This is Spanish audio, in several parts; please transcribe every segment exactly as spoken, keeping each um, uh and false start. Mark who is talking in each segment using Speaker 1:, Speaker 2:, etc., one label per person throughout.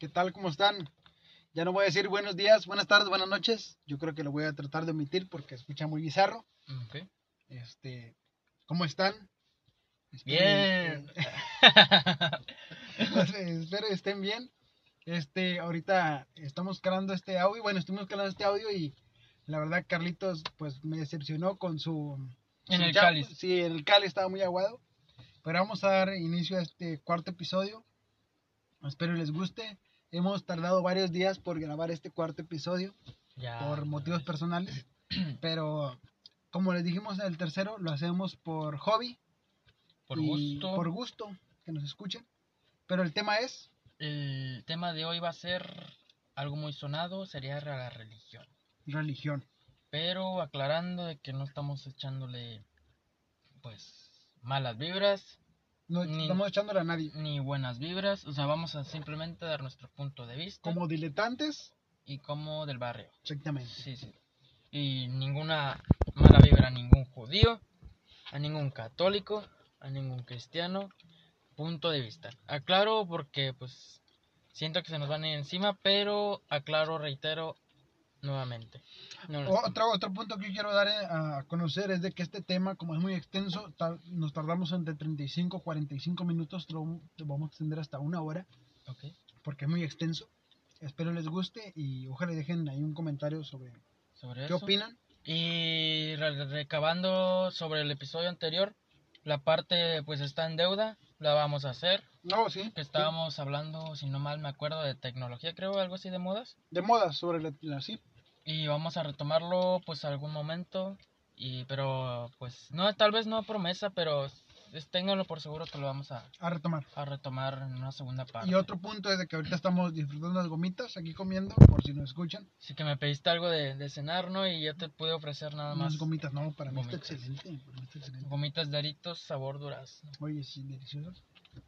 Speaker 1: ¿Qué tal? ¿Cómo están? Ya no voy a decir buenos días, buenas tardes, buenas noches. Yo creo que lo voy a tratar de omitir porque escucha muy bizarro.
Speaker 2: Okay.
Speaker 1: Este, ¿cómo están?
Speaker 2: Espero, bien.
Speaker 1: Eh, espero estén bien. Este, ahorita estamos calando este audio. Bueno, estuvimos calando este audio y la verdad Carlitos pues me decepcionó con su...
Speaker 2: En
Speaker 1: su
Speaker 2: el
Speaker 1: ya,
Speaker 2: cáliz.
Speaker 1: Sí, el cáliz estaba muy aguado. Pero vamos a dar inicio a este cuarto episodio. Espero les guste. Hemos tardado varios días por grabar este cuarto episodio
Speaker 2: Ya,
Speaker 1: por motivos
Speaker 2: ya.
Speaker 1: personales, pero como les dijimos en el tercero, lo hacemos por hobby
Speaker 2: Por
Speaker 1: y
Speaker 2: gusto.
Speaker 1: por gusto que nos escuchen. Pero el tema es
Speaker 2: El tema de hoy va a ser algo muy sonado, sería la religión.
Speaker 1: religión.
Speaker 2: Pero aclarando de que no estamos echándole pues malas vibras,
Speaker 1: No
Speaker 2: ni,
Speaker 1: estamos echándole a nadie.
Speaker 2: ni buenas vibras, o sea, vamos a simplemente dar nuestro punto de vista.
Speaker 1: Como diletantes.
Speaker 2: Y como del barrio.
Speaker 1: Exactamente.
Speaker 2: Sí, sí. Y ninguna mala vibra a ningún judío, a ningún católico, a ningún cristiano. Punto de vista. Aclaro porque pues siento que se nos van a ir encima, pero aclaro, reitero nuevamente. No
Speaker 1: otro, otro punto que quiero dar a conocer es de que este tema, como es muy extenso, tal, nos tardamos entre treinta y cinco y cuarenta y cinco minutos, lo, lo vamos a extender hasta una hora,
Speaker 2: okay.
Speaker 1: Porque es muy extenso. Espero les guste y ojalá dejen ahí un comentario sobre,
Speaker 2: sobre
Speaker 1: qué
Speaker 2: eso.
Speaker 1: opinan.
Speaker 2: Y re recabando sobre el episodio anterior, la parte pues está en deuda, la vamos a hacer.
Speaker 1: No, sí.
Speaker 2: Que estábamos sí. hablando, si no mal me acuerdo, de tecnología, creo, algo así de modas.
Speaker 1: De modas, sobre la, la sí.
Speaker 2: Y vamos a retomarlo pues algún momento. Y pero pues no, tal vez no promesa, pero ténganlo por seguro que lo vamos a,
Speaker 1: a retomar.
Speaker 2: A retomar en una segunda parte.
Speaker 1: Y otro punto es de que ahorita estamos disfrutando las gomitas aquí comiendo, por si nos escuchan.
Speaker 2: Sí, que me pediste algo de, de cenar, ¿no? Y yo te pude ofrecer nada más.
Speaker 1: Unas gomitas, no, para
Speaker 2: gomitas.
Speaker 1: mí está excelente. Para mí está excelente.
Speaker 2: Gomitas de Doritos sabor durazno.
Speaker 1: Oye, sí, deliciosas.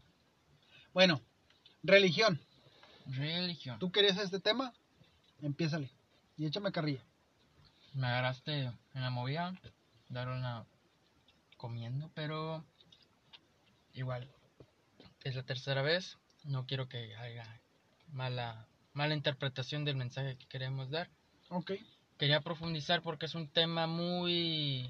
Speaker 1: Bueno, religión.
Speaker 2: Religión.
Speaker 1: ¿Tú querías este tema? Empiézale. Y échame carrilla.
Speaker 2: Me agarraste en la movida, dar una comiendo, pero igual. Es la tercera vez. No quiero que haya mala, mala interpretación del mensaje que queremos dar.
Speaker 1: Ok.
Speaker 2: Quería profundizar porque es un tema muy...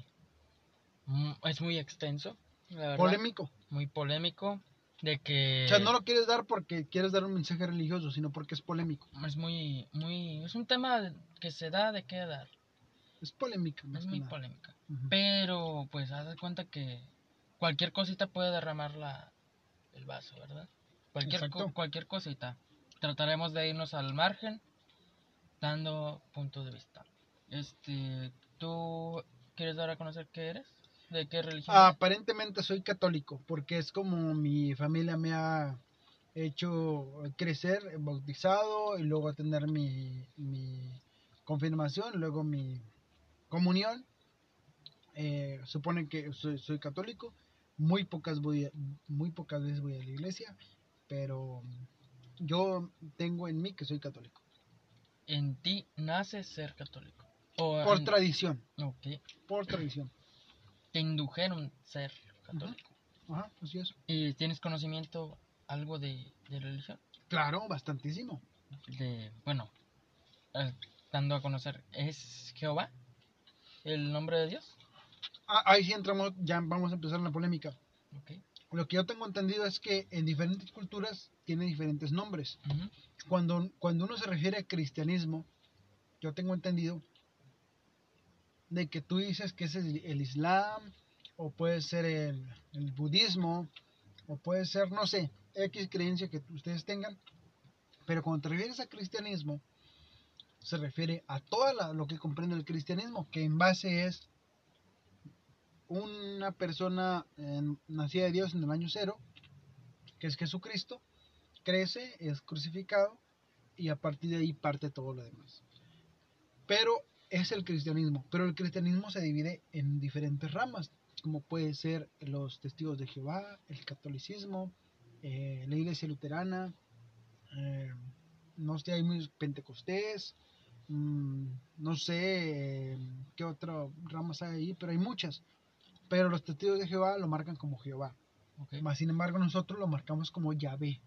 Speaker 2: Es muy extenso, la verdad.
Speaker 1: Polémico.
Speaker 2: Muy polémico. De que...
Speaker 1: O sea, no lo quieres dar porque quieres dar un mensaje religioso, sino porque es polémico.
Speaker 2: Es muy, muy... Es un tema que se da de qué dar.
Speaker 1: Es polémica, más
Speaker 2: Es
Speaker 1: que
Speaker 2: muy
Speaker 1: nada.
Speaker 2: polémica.
Speaker 1: Uh-huh.
Speaker 2: Pero, pues, haz de cuenta que cualquier cosita puede derramar la, el vaso, ¿verdad? Cualquier, co cualquier cosita. Trataremos de irnos al margen, dando punto de vista. Este, ¿tú quieres dar a conocer qué eres? ¿De qué religión
Speaker 1: eres? Aparentemente soy católico, porque es como mi familia me ha hecho crecer, bautizado, y luego tener mi, mi confirmación, luego mi comunión. Eh, supone que soy, soy católico. Muy pocas, voy a, muy pocas veces voy a la iglesia, pero yo tengo en mí que soy católico.
Speaker 2: En ti nace ser católico. O
Speaker 1: Por
Speaker 2: en...
Speaker 1: tradición.
Speaker 2: Okay.
Speaker 1: Por tradición.
Speaker 2: Te indujeron ser católico.
Speaker 1: Uh-huh. Ajá, así es.
Speaker 2: ¿Y tienes conocimiento algo de, de religión?
Speaker 1: Claro, bastantísimo.
Speaker 2: De, bueno, eh, dando a conocer, ¿es Jehová el nombre de Dios?
Speaker 1: Ah, ahí sí entramos, ya vamos a empezar la polémica.
Speaker 2: Okay.
Speaker 1: Lo que yo tengo entendido es que en diferentes culturas tiene diferentes nombres.
Speaker 2: Uh-huh.
Speaker 1: Cuando, cuando uno se refiere a cristianismo, yo tengo entendido de que tú dices que es el, el Islam, o puede ser el, el budismo, o puede ser, no sé, X creencia que ustedes tengan, pero cuando te refieres a cristianismo, se refiere a todo lo que comprende el cristianismo, que en base es una persona eh, nacida de Dios en el año cero, que es Jesucristo, crece, es crucificado, y a partir de ahí parte todo lo demás. Pero es el cristianismo, pero el cristianismo se divide en diferentes ramas, como puede ser los testigos de Jehová, el catolicismo, eh, la iglesia luterana, eh, no sé, hay muchos pentecostés, mmm, no sé eh, qué otras ramas hay ahí, pero hay muchas. Pero los testigos de Jehová lo marcan como Jehová. Okay. Más sin embargo nosotros lo marcamos como Yahvé.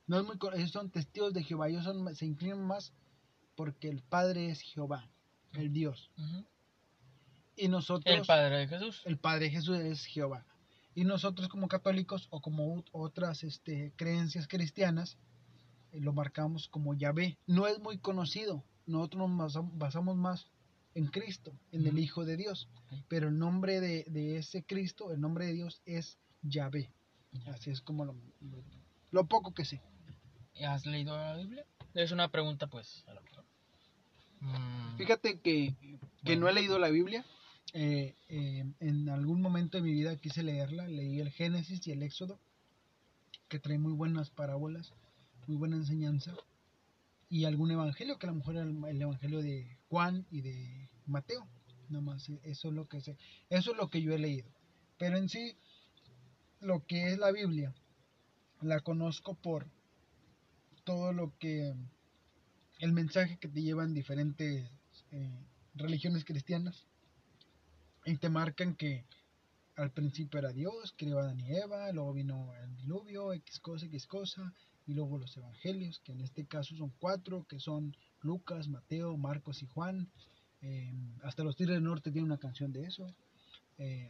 Speaker 1: No es muy, ellos son testigos de Jehová, ellos son, se inclinan más porque el Padre es Jehová, el Dios.
Speaker 2: Uh-huh.
Speaker 1: Y nosotros...
Speaker 2: El Padre de Jesús.
Speaker 1: El Padre de Jesús es Jehová. Y nosotros como católicos o como otras este, creencias cristianas, eh, lo marcamos como Yahvé. No es muy conocido. Nosotros nos basamos más en Cristo, en uh-huh. el Hijo de Dios. Okay. Pero el nombre de, de ese Cristo, el nombre de Dios es Yahvé. Uh-huh. Así es como lo, lo, lo poco que sé.
Speaker 2: ¿Has leído la Biblia? Es una pregunta pues a lo mejor.
Speaker 1: Mm. Fíjate que, que bueno. no he leído la Biblia. Eh, eh, en algún momento de mi vida quise leerla, leí el Génesis y el Éxodo, que trae muy buenas parábolas, muy buena enseñanza, y algún evangelio, que a lo mejor era el, el evangelio de Juan y de Mateo, nada más, eso es lo que sé, eso es lo que yo he leído, pero en sí, lo que es la Biblia, la conozco por todo lo que, el mensaje que te llevan diferentes eh, religiones cristianas, y te marcan que al principio era Dios, creó a Adán y Eva, luego vino el diluvio, X cosa, X cosa, y luego los evangelios, que en este caso son cuatro, que son Lucas, Mateo, Marcos y Juan. Eh, hasta los Tigres del Norte tienen una canción de eso. Eh,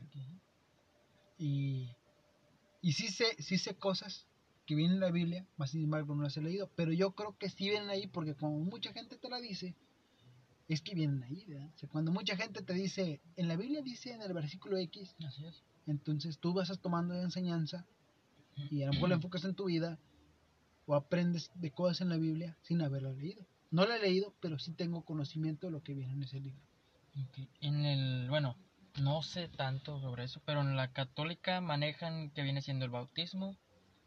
Speaker 1: y y sí sé, sí sé cosas que vienen en la Biblia, más sin embargo no las he leído, pero yo creo que sí vienen ahí porque como mucha gente te la dice, es que vienen ahí, ¿verdad? O sea, cuando mucha gente te dice, en la Biblia dice en el versículo X,
Speaker 2: así es.
Speaker 1: Entonces tú vas tomando de enseñanza y a lo mejor lo enfocas en tu vida o aprendes de cosas en la Biblia sin haberlo leído. No la he leído, pero sí tengo conocimiento de lo que viene en ese libro.
Speaker 2: Okay. En el, bueno, no sé tanto sobre eso, pero en la católica manejan que viene siendo el bautismo,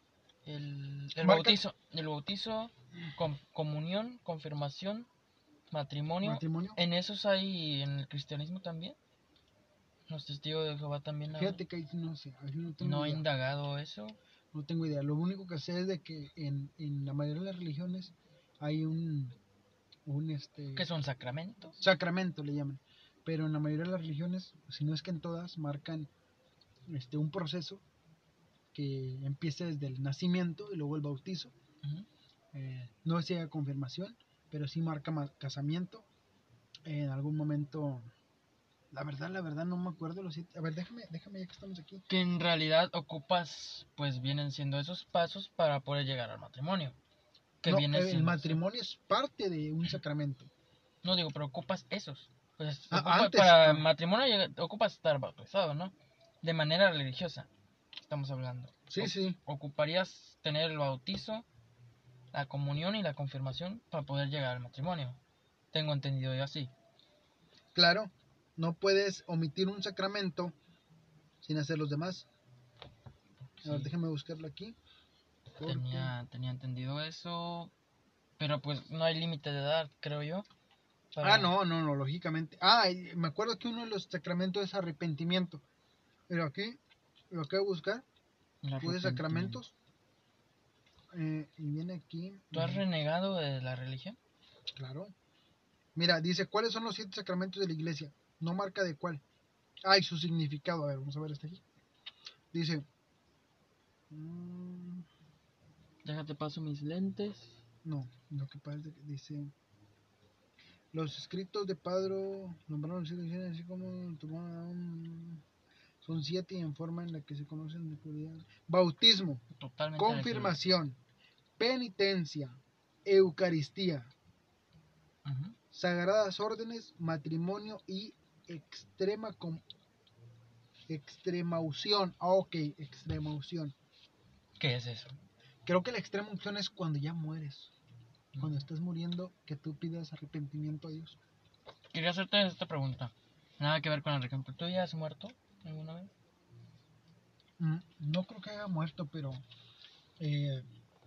Speaker 2: el, el bautizo, el bautizo, com, comunión, confirmación, matrimonio.
Speaker 1: matrimonio.
Speaker 2: ¿En esos hay en el cristianismo también? ¿Los testigos de Jehová también hay?
Speaker 1: Fíjate que ahí no sé, ahí no tengo
Speaker 2: ¿No
Speaker 1: idea.
Speaker 2: he indagado eso?
Speaker 1: No tengo idea. Lo único que sé es de que en, en la mayoría de las religiones hay un, un este...
Speaker 2: ¿Qué son sacramentos?
Speaker 1: Sacramento le llaman. Pero en la mayoría de las religiones, si no es que en todas, marcan este un proceso que empieza desde el nacimiento y luego el bautizo. Uh-huh. Eh, no sea confirmación, pero sí marca casamiento. Eh, en algún momento, la verdad, la verdad no me acuerdo los siete. A ver, déjame, déjame ya que estamos aquí.
Speaker 2: Que en realidad ocupas, pues vienen siendo esos pasos para poder llegar al matrimonio. Que
Speaker 1: no,
Speaker 2: viene
Speaker 1: el
Speaker 2: siendo
Speaker 1: matrimonio es parte de un sacramento.
Speaker 2: No digo, pero ocupas esos. Pues
Speaker 1: ah,
Speaker 2: ocupa,
Speaker 1: antes,
Speaker 2: para
Speaker 1: ah.
Speaker 2: matrimonio llega, ocupas estar bautizado, ¿no? De manera religiosa, estamos hablando.
Speaker 1: Sí, o, sí.
Speaker 2: Ocuparías tener el bautizo, la comunión y la confirmación para poder llegar al matrimonio. Tengo entendido yo así.
Speaker 1: Claro, no puedes omitir un sacramento sin hacer los demás. Sí. A ver, déjame buscarlo aquí.
Speaker 2: Porque... Tenía, tenía entendido eso, pero pues no hay límite de edad, creo yo.
Speaker 1: Para... Ah, no, no, no, lógicamente. Ah, me acuerdo que uno de los sacramentos es arrepentimiento. Pero aquí, lo acabo de buscar, puse sacramentos. Eh, y viene aquí.
Speaker 2: ¿Tú has renegado de la religión?
Speaker 1: Claro. Mira, dice, ¿cuáles son los siete sacramentos de la iglesia? No marca de cuál. Ah, y su significado. A ver, vamos a ver este aquí. Dice...
Speaker 2: Mmm, Déjate paso mis lentes.
Speaker 1: No, lo que pasa es que dice... Los escritos de Padre nombraron así como... Son siete y en forma en la que se conocen de puridad. Bautismo,
Speaker 2: totalmente
Speaker 1: confirmación, penitencia, Eucaristía, uh-huh. sagradas órdenes, matrimonio y extrema com, extrema unción. Ah, ok, extrema unción.
Speaker 2: ¿Qué es eso?
Speaker 1: Creo que la extrema unción es cuando ya mueres. Uh-huh. Cuando estás muriendo, que tú pidas arrepentimiento a Dios.
Speaker 2: Quería hacerte esta pregunta. Nada que ver con el ejemplo. ¿Tú ya has muerto alguna vez?
Speaker 1: Mm, no creo que haya muerto, pero eh,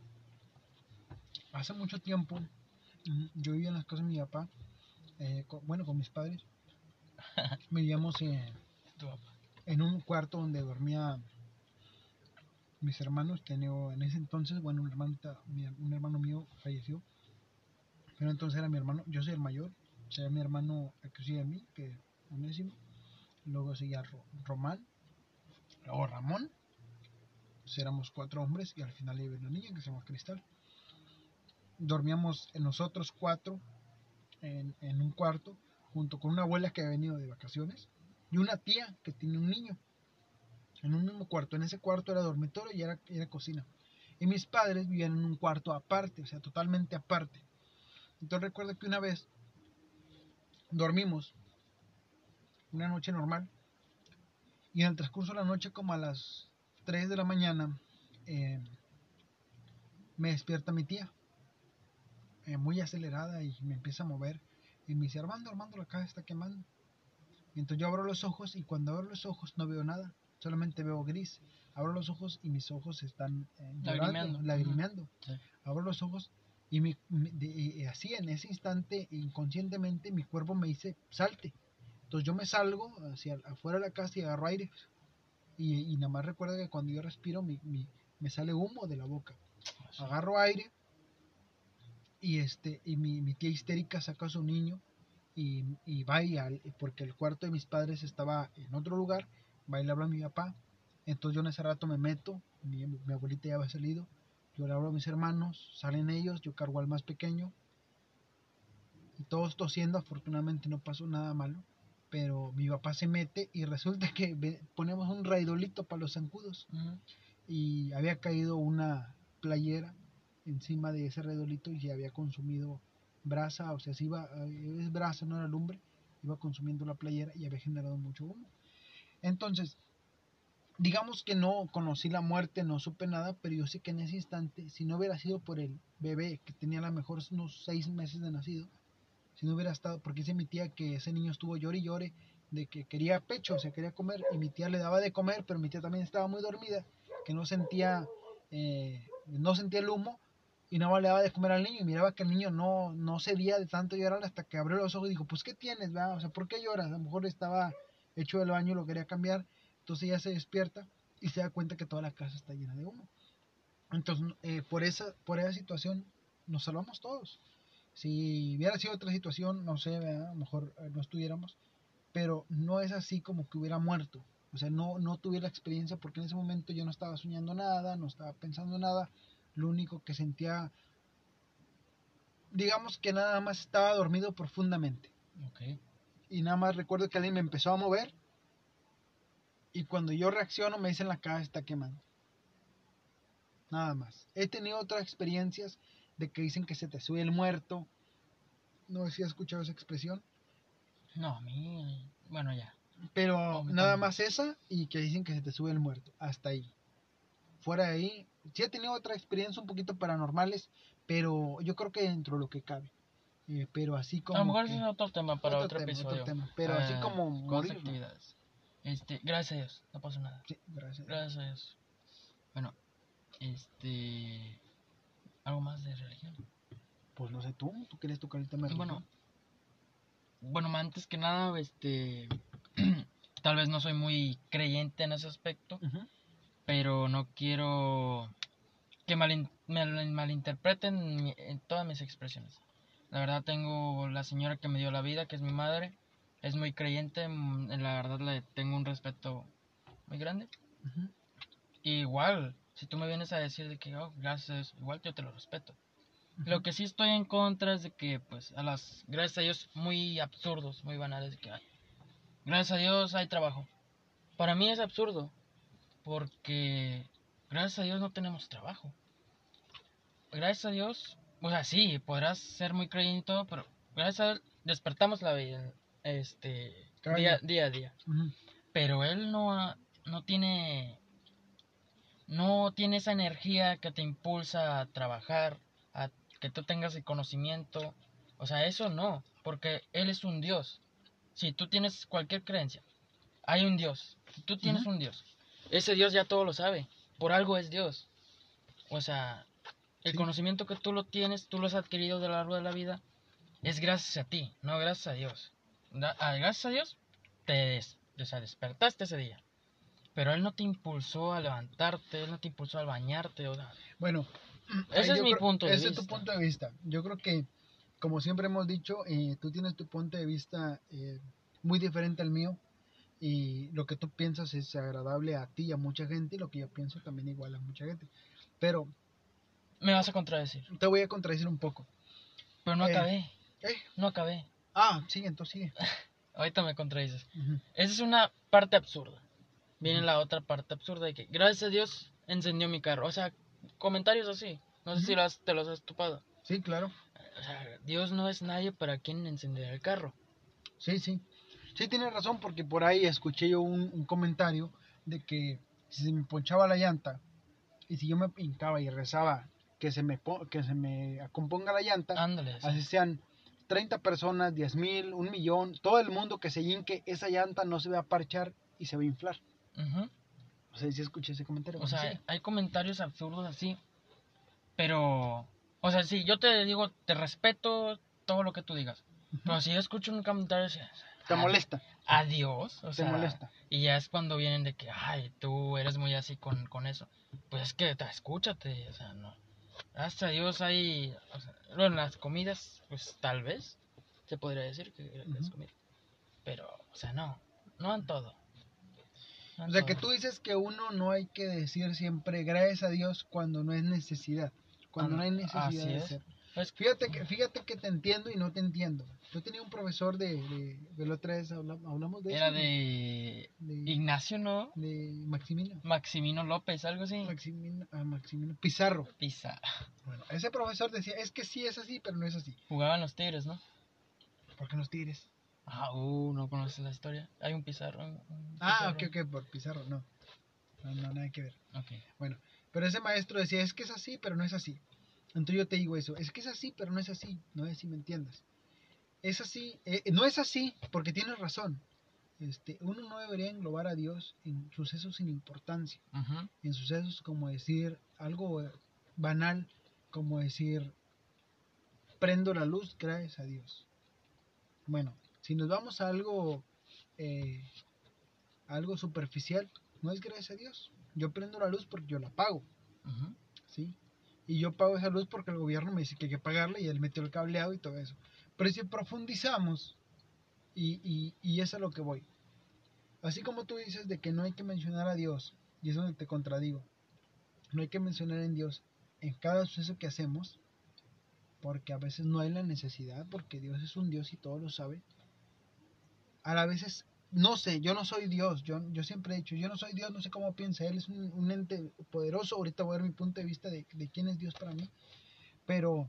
Speaker 1: hace mucho tiempo yo vivía en las casas de mi papá, eh, con, bueno, con mis padres. Vivíamos en, en un cuarto donde dormía mis hermanos. Tenía, en ese entonces, bueno, un hermano, un hermano mío falleció, pero entonces era mi hermano, yo soy el mayor, o sea, mi hermano que sigue a mí, que es Onésimo, luego seguía Román, luego Ramón, Entonces éramos cuatro hombres y al final había una niña que se llama Cristal. Dormíamos nosotros cuatro en, en un cuarto, junto con una abuela que había venido de vacaciones y una tía que tiene un niño, en un mismo cuarto. En ese cuarto era dormitorio y era, era cocina. Y mis padres vivían en un cuarto aparte, o sea, totalmente aparte. Entonces recuerdo que una vez dormimos, una noche normal, y en el transcurso de la noche, como a las tres de la mañana, eh, me despierta mi tía, eh, muy acelerada, y me empieza a mover. Y me dice, Armando, Armando, la casa está quemando. Y entonces yo abro los ojos, y cuando abro los ojos no veo nada, solamente veo gris. Abro los ojos y mis ojos están eh, llorando, lagrimeando. lagrimeando. Uh-huh. Sí. Abro los ojos y mi, mi, de, así en ese instante, inconscientemente, mi cuerpo me dice, salte. Entonces yo me salgo hacia afuera de la casa y agarro aire. Y, y nada más recuerdo que cuando yo respiro mi, mi, me sale humo de la boca. Sí. Agarro aire y, este, y mi, mi tía histérica saca a su niño y, y va y al, porque el cuarto de mis padres estaba en otro lugar, va y le habla a mi papá. Entonces yo en ese rato me meto, mi, mi abuelita ya había salido, yo le hablo a mis hermanos, salen ellos, yo cargo al más pequeño y todos tosiendo. Afortunadamente no pasó nada malo, pero mi papá se mete y resulta que ve, ponemos un raidolito para los zancudos. Uh-huh. Y había caído una playera encima de ese raidolito y se había consumido brasa, o sea, se iba, es brasa, no era lumbre, iba consumiendo la playera y había generado mucho humo. Entonces, digamos que no conocí la muerte, no supe nada, pero yo sé que en ese instante, si no hubiera sido por el bebé, que tenía a lo mejor unos seis meses de nacido, si no hubiera estado, porque dice mi tía que ese niño estuvo llore y llore de que quería pecho, o sea, quería comer, y mi tía le daba de comer, pero mi tía también estaba muy dormida, que no sentía, eh, no sentía el humo, y nada más le daba de comer al niño, y miraba que el niño no, no cedía de tanto llorar hasta que abrió los ojos y dijo, pues, ¿qué tienes, verdad? O sea, ¿por qué lloras? A lo mejor estaba hecho del baño y lo quería cambiar. Entonces ella se despierta y se da cuenta que toda la casa está llena de humo. Entonces, eh, por, esa, por esa situación nos salvamos todos. Si hubiera sido otra situación, no sé, ¿verdad? A lo mejor eh, no estuviéramos, pero no es así como que hubiera muerto. O sea, no, no tuve la experiencia porque en ese momento yo no estaba soñando nada, no estaba pensando nada. Lo único que sentía, digamos que nada más estaba dormido profundamente.
Speaker 2: Okay.
Speaker 1: Y nada más recuerdo que alguien me empezó a mover y cuando yo reacciono me dicen la casa está quemando. Nada más. He tenido otras experiencias de que dicen que se te sube el muerto. No sé si has escuchado esa expresión.
Speaker 2: No, a mí, bueno, ya.
Speaker 1: Pero oh, nada más esa y que dicen que se te sube el muerto. Hasta ahí. Fuera de ahí, sí he tenido otra experiencia un poquito paranormales, pero yo creo que dentro de lo que cabe. Eh, pero así como.
Speaker 2: A lo mejor
Speaker 1: que,
Speaker 2: es otro tema para otro,
Speaker 1: otro, tema,
Speaker 2: episodio.
Speaker 1: otro tema. Pero uh, así como morir.
Speaker 2: Actividades. Este, gracias a Dios, no pasó nada.
Speaker 1: Sí, gracias.
Speaker 2: Gracias a Dios. Bueno, este. ¿Algo más de religión?
Speaker 1: Pues no sé tú, tú quieres tocar el tema de
Speaker 2: religión. Bueno, bueno, antes que nada, este. Tal vez no soy muy creyente en ese aspecto, uh-huh. pero no quiero que malin, me malinterpreten mi, en todas mis expresiones. La verdad tengo la señora que me dio la vida, que es mi madre, es muy creyente, la verdad le tengo un respeto muy grande. Uh-huh. Y igual, si tú me vienes a decir de que, oh, gracias, igual yo te lo respeto. Uh-huh. Lo que sí estoy en contra es de que, pues, a las, gracias a Dios, muy absurdos, muy banales, de que, ay, gracias a Dios hay trabajo. Para mí es absurdo, porque gracias a Dios no tenemos trabajo. Gracias a Dios, o sea, sí, podrás ser muy creyente y todo, pero gracias a Dios despertamos la vida, este, día, día a día. Uh-huh. Pero Él no, no tiene, no tiene esa energía que te impulsa a trabajar, a que tú tengas el conocimiento. O sea, eso no, porque Él es un Dios. Si tú tienes cualquier creencia, hay un Dios. Si tú tienes uh-huh. un Dios, ese Dios ya todo lo sabe. Por algo es Dios. O sea, el sí. conocimiento que tú lo tienes, tú lo has adquirido a lo largo de la vida, es gracias a ti, no gracias a Dios. Da, a, gracias a Dios te des, o sea, despertaste ese día. Pero Él no te impulsó a levantarte, Él no te impulsó a bañarte. O sea,
Speaker 1: bueno,
Speaker 2: ese es mi
Speaker 1: creo,
Speaker 2: punto de
Speaker 1: ese
Speaker 2: vista.
Speaker 1: Ese es tu punto de vista. Yo creo que, como siempre hemos dicho, eh, tú tienes tu punto de vista eh, muy diferente al mío. y lo que tú piensas es agradable a ti y a mucha gente, y lo que yo pienso también igual a mucha gente. Pero
Speaker 2: me vas a contradecir.
Speaker 1: Te voy a contradecir un poco.
Speaker 2: Pero no
Speaker 1: Eh,
Speaker 2: acabé.
Speaker 1: ¿eh?
Speaker 2: No acabé.
Speaker 1: Ah, sigue, entonces sigue.
Speaker 2: Ahorita me contradices.
Speaker 1: Uh-huh.
Speaker 2: Esa es una parte absurda. Viene uh-huh. la otra parte absurda de que gracias a Dios encendió mi carro. O sea, comentarios así. No sé uh-huh. si lo has, te los has topado.
Speaker 1: Sí, claro.
Speaker 2: O sea, Dios no es nadie para quien encender el carro.
Speaker 1: Sí, sí. Sí, tienes razón, porque por ahí escuché yo un, un comentario de que si se me ponchaba la llanta y si yo me hincaba y rezaba que se me, que se me componga la llanta,
Speaker 2: Ándale,
Speaker 1: así
Speaker 2: sí.
Speaker 1: sean treinta personas, diez mil, un millón, todo el mundo que se hinque, esa llanta no se va a parchar y se va a inflar.
Speaker 2: Uh-huh.
Speaker 1: O sea, sí escuché ese comentario.
Speaker 2: O sea,
Speaker 1: sí.
Speaker 2: hay comentarios absurdos así, pero, o sea, sí, yo te digo, te respeto todo lo que tú digas, uh-huh. pero si yo escucho un comentario así,
Speaker 1: te molesta.
Speaker 2: Adiós, o
Speaker 1: te
Speaker 2: sea,
Speaker 1: molesta.
Speaker 2: Y ya es cuando vienen de que, ay, tú eres muy así con, con eso. Pues es que, escúchate, o sea, no. Hasta Dios hay, o sea, en las comidas, pues tal vez, se podría decir que uh-huh. es comida. Pero, o sea, no, no en todo.
Speaker 1: No en o sea, todo. Que tú dices que uno no hay que decir siempre gracias a Dios cuando no es necesidad. Cuando ah, no hay necesidad
Speaker 2: así
Speaker 1: de
Speaker 2: es.
Speaker 1: ser. Pues, fíjate que fíjate que te entiendo y no te entiendo. Yo tenía un profesor de, de, de la otra vez hablamos, hablamos de
Speaker 2: Era
Speaker 1: eso.
Speaker 2: Era de, de Ignacio, ¿no?
Speaker 1: De Maximino.
Speaker 2: Maximino López, algo así.
Speaker 1: Maximino, ah, Maximino Pizarro.
Speaker 2: Pizarro.
Speaker 1: Bueno, ese profesor decía, es que sí es así, pero no es así.
Speaker 2: Jugaban los Tigres, ¿no?
Speaker 1: ¿Por qué los Tigres?
Speaker 2: Ah, uh, no conoces la historia. Hay un Pizarro. Un Pizarro.
Speaker 1: Ah, ok, ok, por Pizarro, no. No, no, nada que ver.
Speaker 2: Ok.
Speaker 1: Bueno, pero ese maestro decía, es que es así, pero no es así. Entonces yo te digo eso, es que es así, pero no es así, no es si me entiendas. Es así, eh, no es así porque tienes razón. Este, uno no debería englobar a Dios en sucesos sin importancia,
Speaker 2: uh-huh.
Speaker 1: en sucesos como decir algo banal, como decir prendo la luz, gracias a Dios. Bueno, si nos vamos a algo, eh, algo superficial, no es gracias a Dios. Yo prendo la luz porque yo la pago,
Speaker 2: uh-huh.
Speaker 1: ¿sí? Y yo pago esa luz porque el gobierno me dice que hay que pagarla y él metió el cableado y todo eso. Pero si profundizamos, y, y, y es a lo que voy, así como tú dices de que no hay que mencionar a Dios, y es donde te contradigo, no hay que mencionar en Dios en cada suceso que hacemos, porque a veces no hay la necesidad, porque Dios es un Dios y todo lo sabe. A la veces, no sé, yo no soy Dios, yo, yo siempre he dicho, yo no soy Dios, no sé cómo piensa Él, es un, un ente poderoso. Ahorita voy a dar mi punto de vista de, de quién es Dios para mí, pero,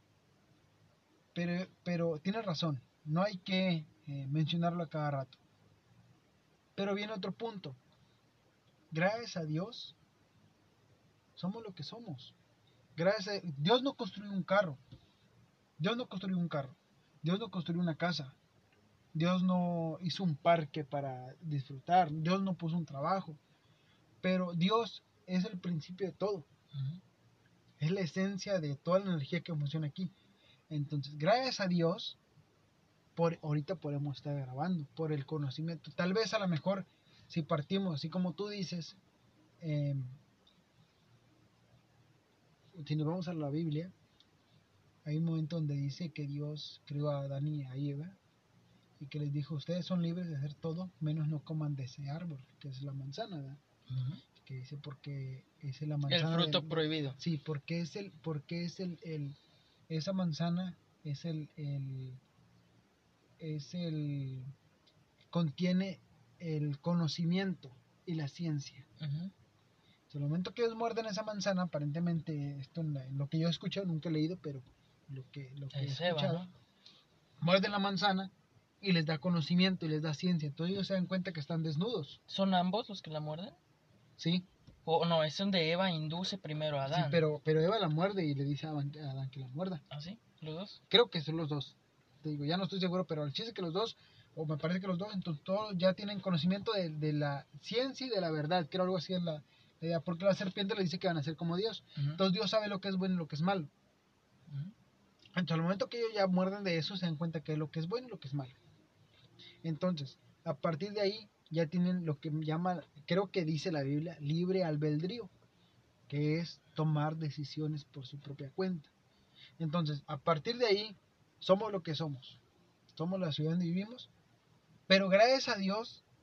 Speaker 1: pero, pero tienes razón, no hay que eh, mencionarlo a cada rato. Pero viene otro punto, gracias a Dios, somos lo que somos. Gracias a Dios no construyó un carro, Dios no construyó un carro, Dios no construyó una casa, Dios no hizo un parque para disfrutar, Dios no puso un trabajo, pero Dios es el principio de todo, uh-huh. es la esencia de toda la energía que funciona aquí. Entonces, gracias a Dios, por ahorita podemos estar grabando, por el conocimiento. Tal vez a lo mejor, si partimos, así como tú dices, eh, si nos vamos a la Biblia, hay un momento donde dice que Dios creó a Adán y a Eva y que les dijo, ustedes son libres de hacer todo, menos no coman de ese árbol, que es la manzana, ¿verdad? Uh-huh. Que dice porque es la manzana.
Speaker 2: El fruto
Speaker 1: del,
Speaker 2: prohibido.
Speaker 1: Sí, porque es el, porque es el, el esa manzana es el, el, es el, contiene el conocimiento y la ciencia. Uh-huh. En el momento que ellos muerden esa manzana, aparentemente, esto en, la, en lo que yo he escuchado, nunca he leído, pero lo que, lo que he escuchado, Eva, ¿no? Muerden la manzana y les da conocimiento y les da ciencia. Entonces ellos se dan cuenta que están desnudos.
Speaker 2: ¿Son ambos los que la muerden?
Speaker 1: Sí.
Speaker 2: O no, es donde Eva induce primero a Adán.
Speaker 1: Sí, pero, pero Eva la muerde y le dice a Adán que la muerda.
Speaker 2: ¿Ah, sí? ¿Los dos?
Speaker 1: Creo que son los dos. Te digo, ya no estoy seguro, pero el chiste es que los dos, o me parece que los dos, entonces todos ya tienen conocimiento de, de la ciencia y de la verdad. Creo algo así es la idea. Porque la serpiente le dice que van a ser como Dios. Uh-huh. Entonces Dios sabe lo que es bueno y lo que es malo. Uh-huh. Entonces al momento que ellos ya muerden de eso, se dan cuenta que es lo que es bueno y lo que es malo. Entonces, a partir de ahí, ya tienen lo que llama, creo que dice la Biblia, libre albedrío, que es tomar decisiones por su propia cuenta. Entonces, a partir de ahí, somos lo que somos. Somos la ciudad donde vivimos. Pero gracias a Dios,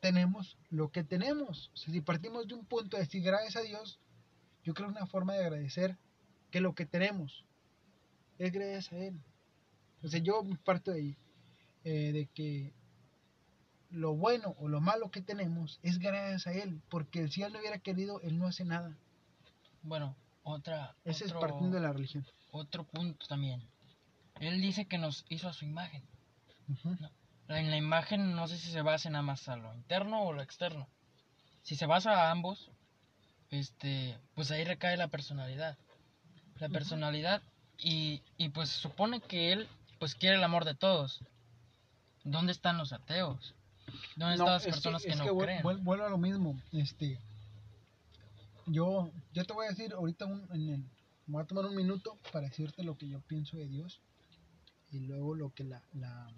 Speaker 1: tenemos lo que tenemos. O sea, si partimos de un punto de decir gracias a Dios, yo creo que una forma de agradecer que lo que tenemos es gracias a Él. O sea, yo parto de ahí, eh, de que lo bueno o lo malo que tenemos es gracias a Él, porque si Él no hubiera querido, Él no hace nada.
Speaker 2: Bueno, otra,
Speaker 1: Ese
Speaker 2: otro,
Speaker 1: es partiendo de la religión.
Speaker 2: Otro punto también. Él dice que nos hizo a su imagen.
Speaker 1: Uh-huh.
Speaker 2: No, en la imagen no sé si se basa nada más a lo interno o lo externo. Si se basa a ambos, este, pues ahí recae la personalidad. La personalidad y, y pues supone que él pues quiere el amor de todos. ¿Dónde están los ateos? ¿Dónde
Speaker 1: No,
Speaker 2: están las
Speaker 1: es
Speaker 2: personas
Speaker 1: que,
Speaker 2: que,
Speaker 1: es
Speaker 2: no
Speaker 1: que
Speaker 2: creen?
Speaker 1: vuelvo a lo mismo. Este, yo, yo te voy a decir ahorita un, en el, me voy a tomar un minuto para decirte lo que yo pienso de Dios y luego lo que la, la,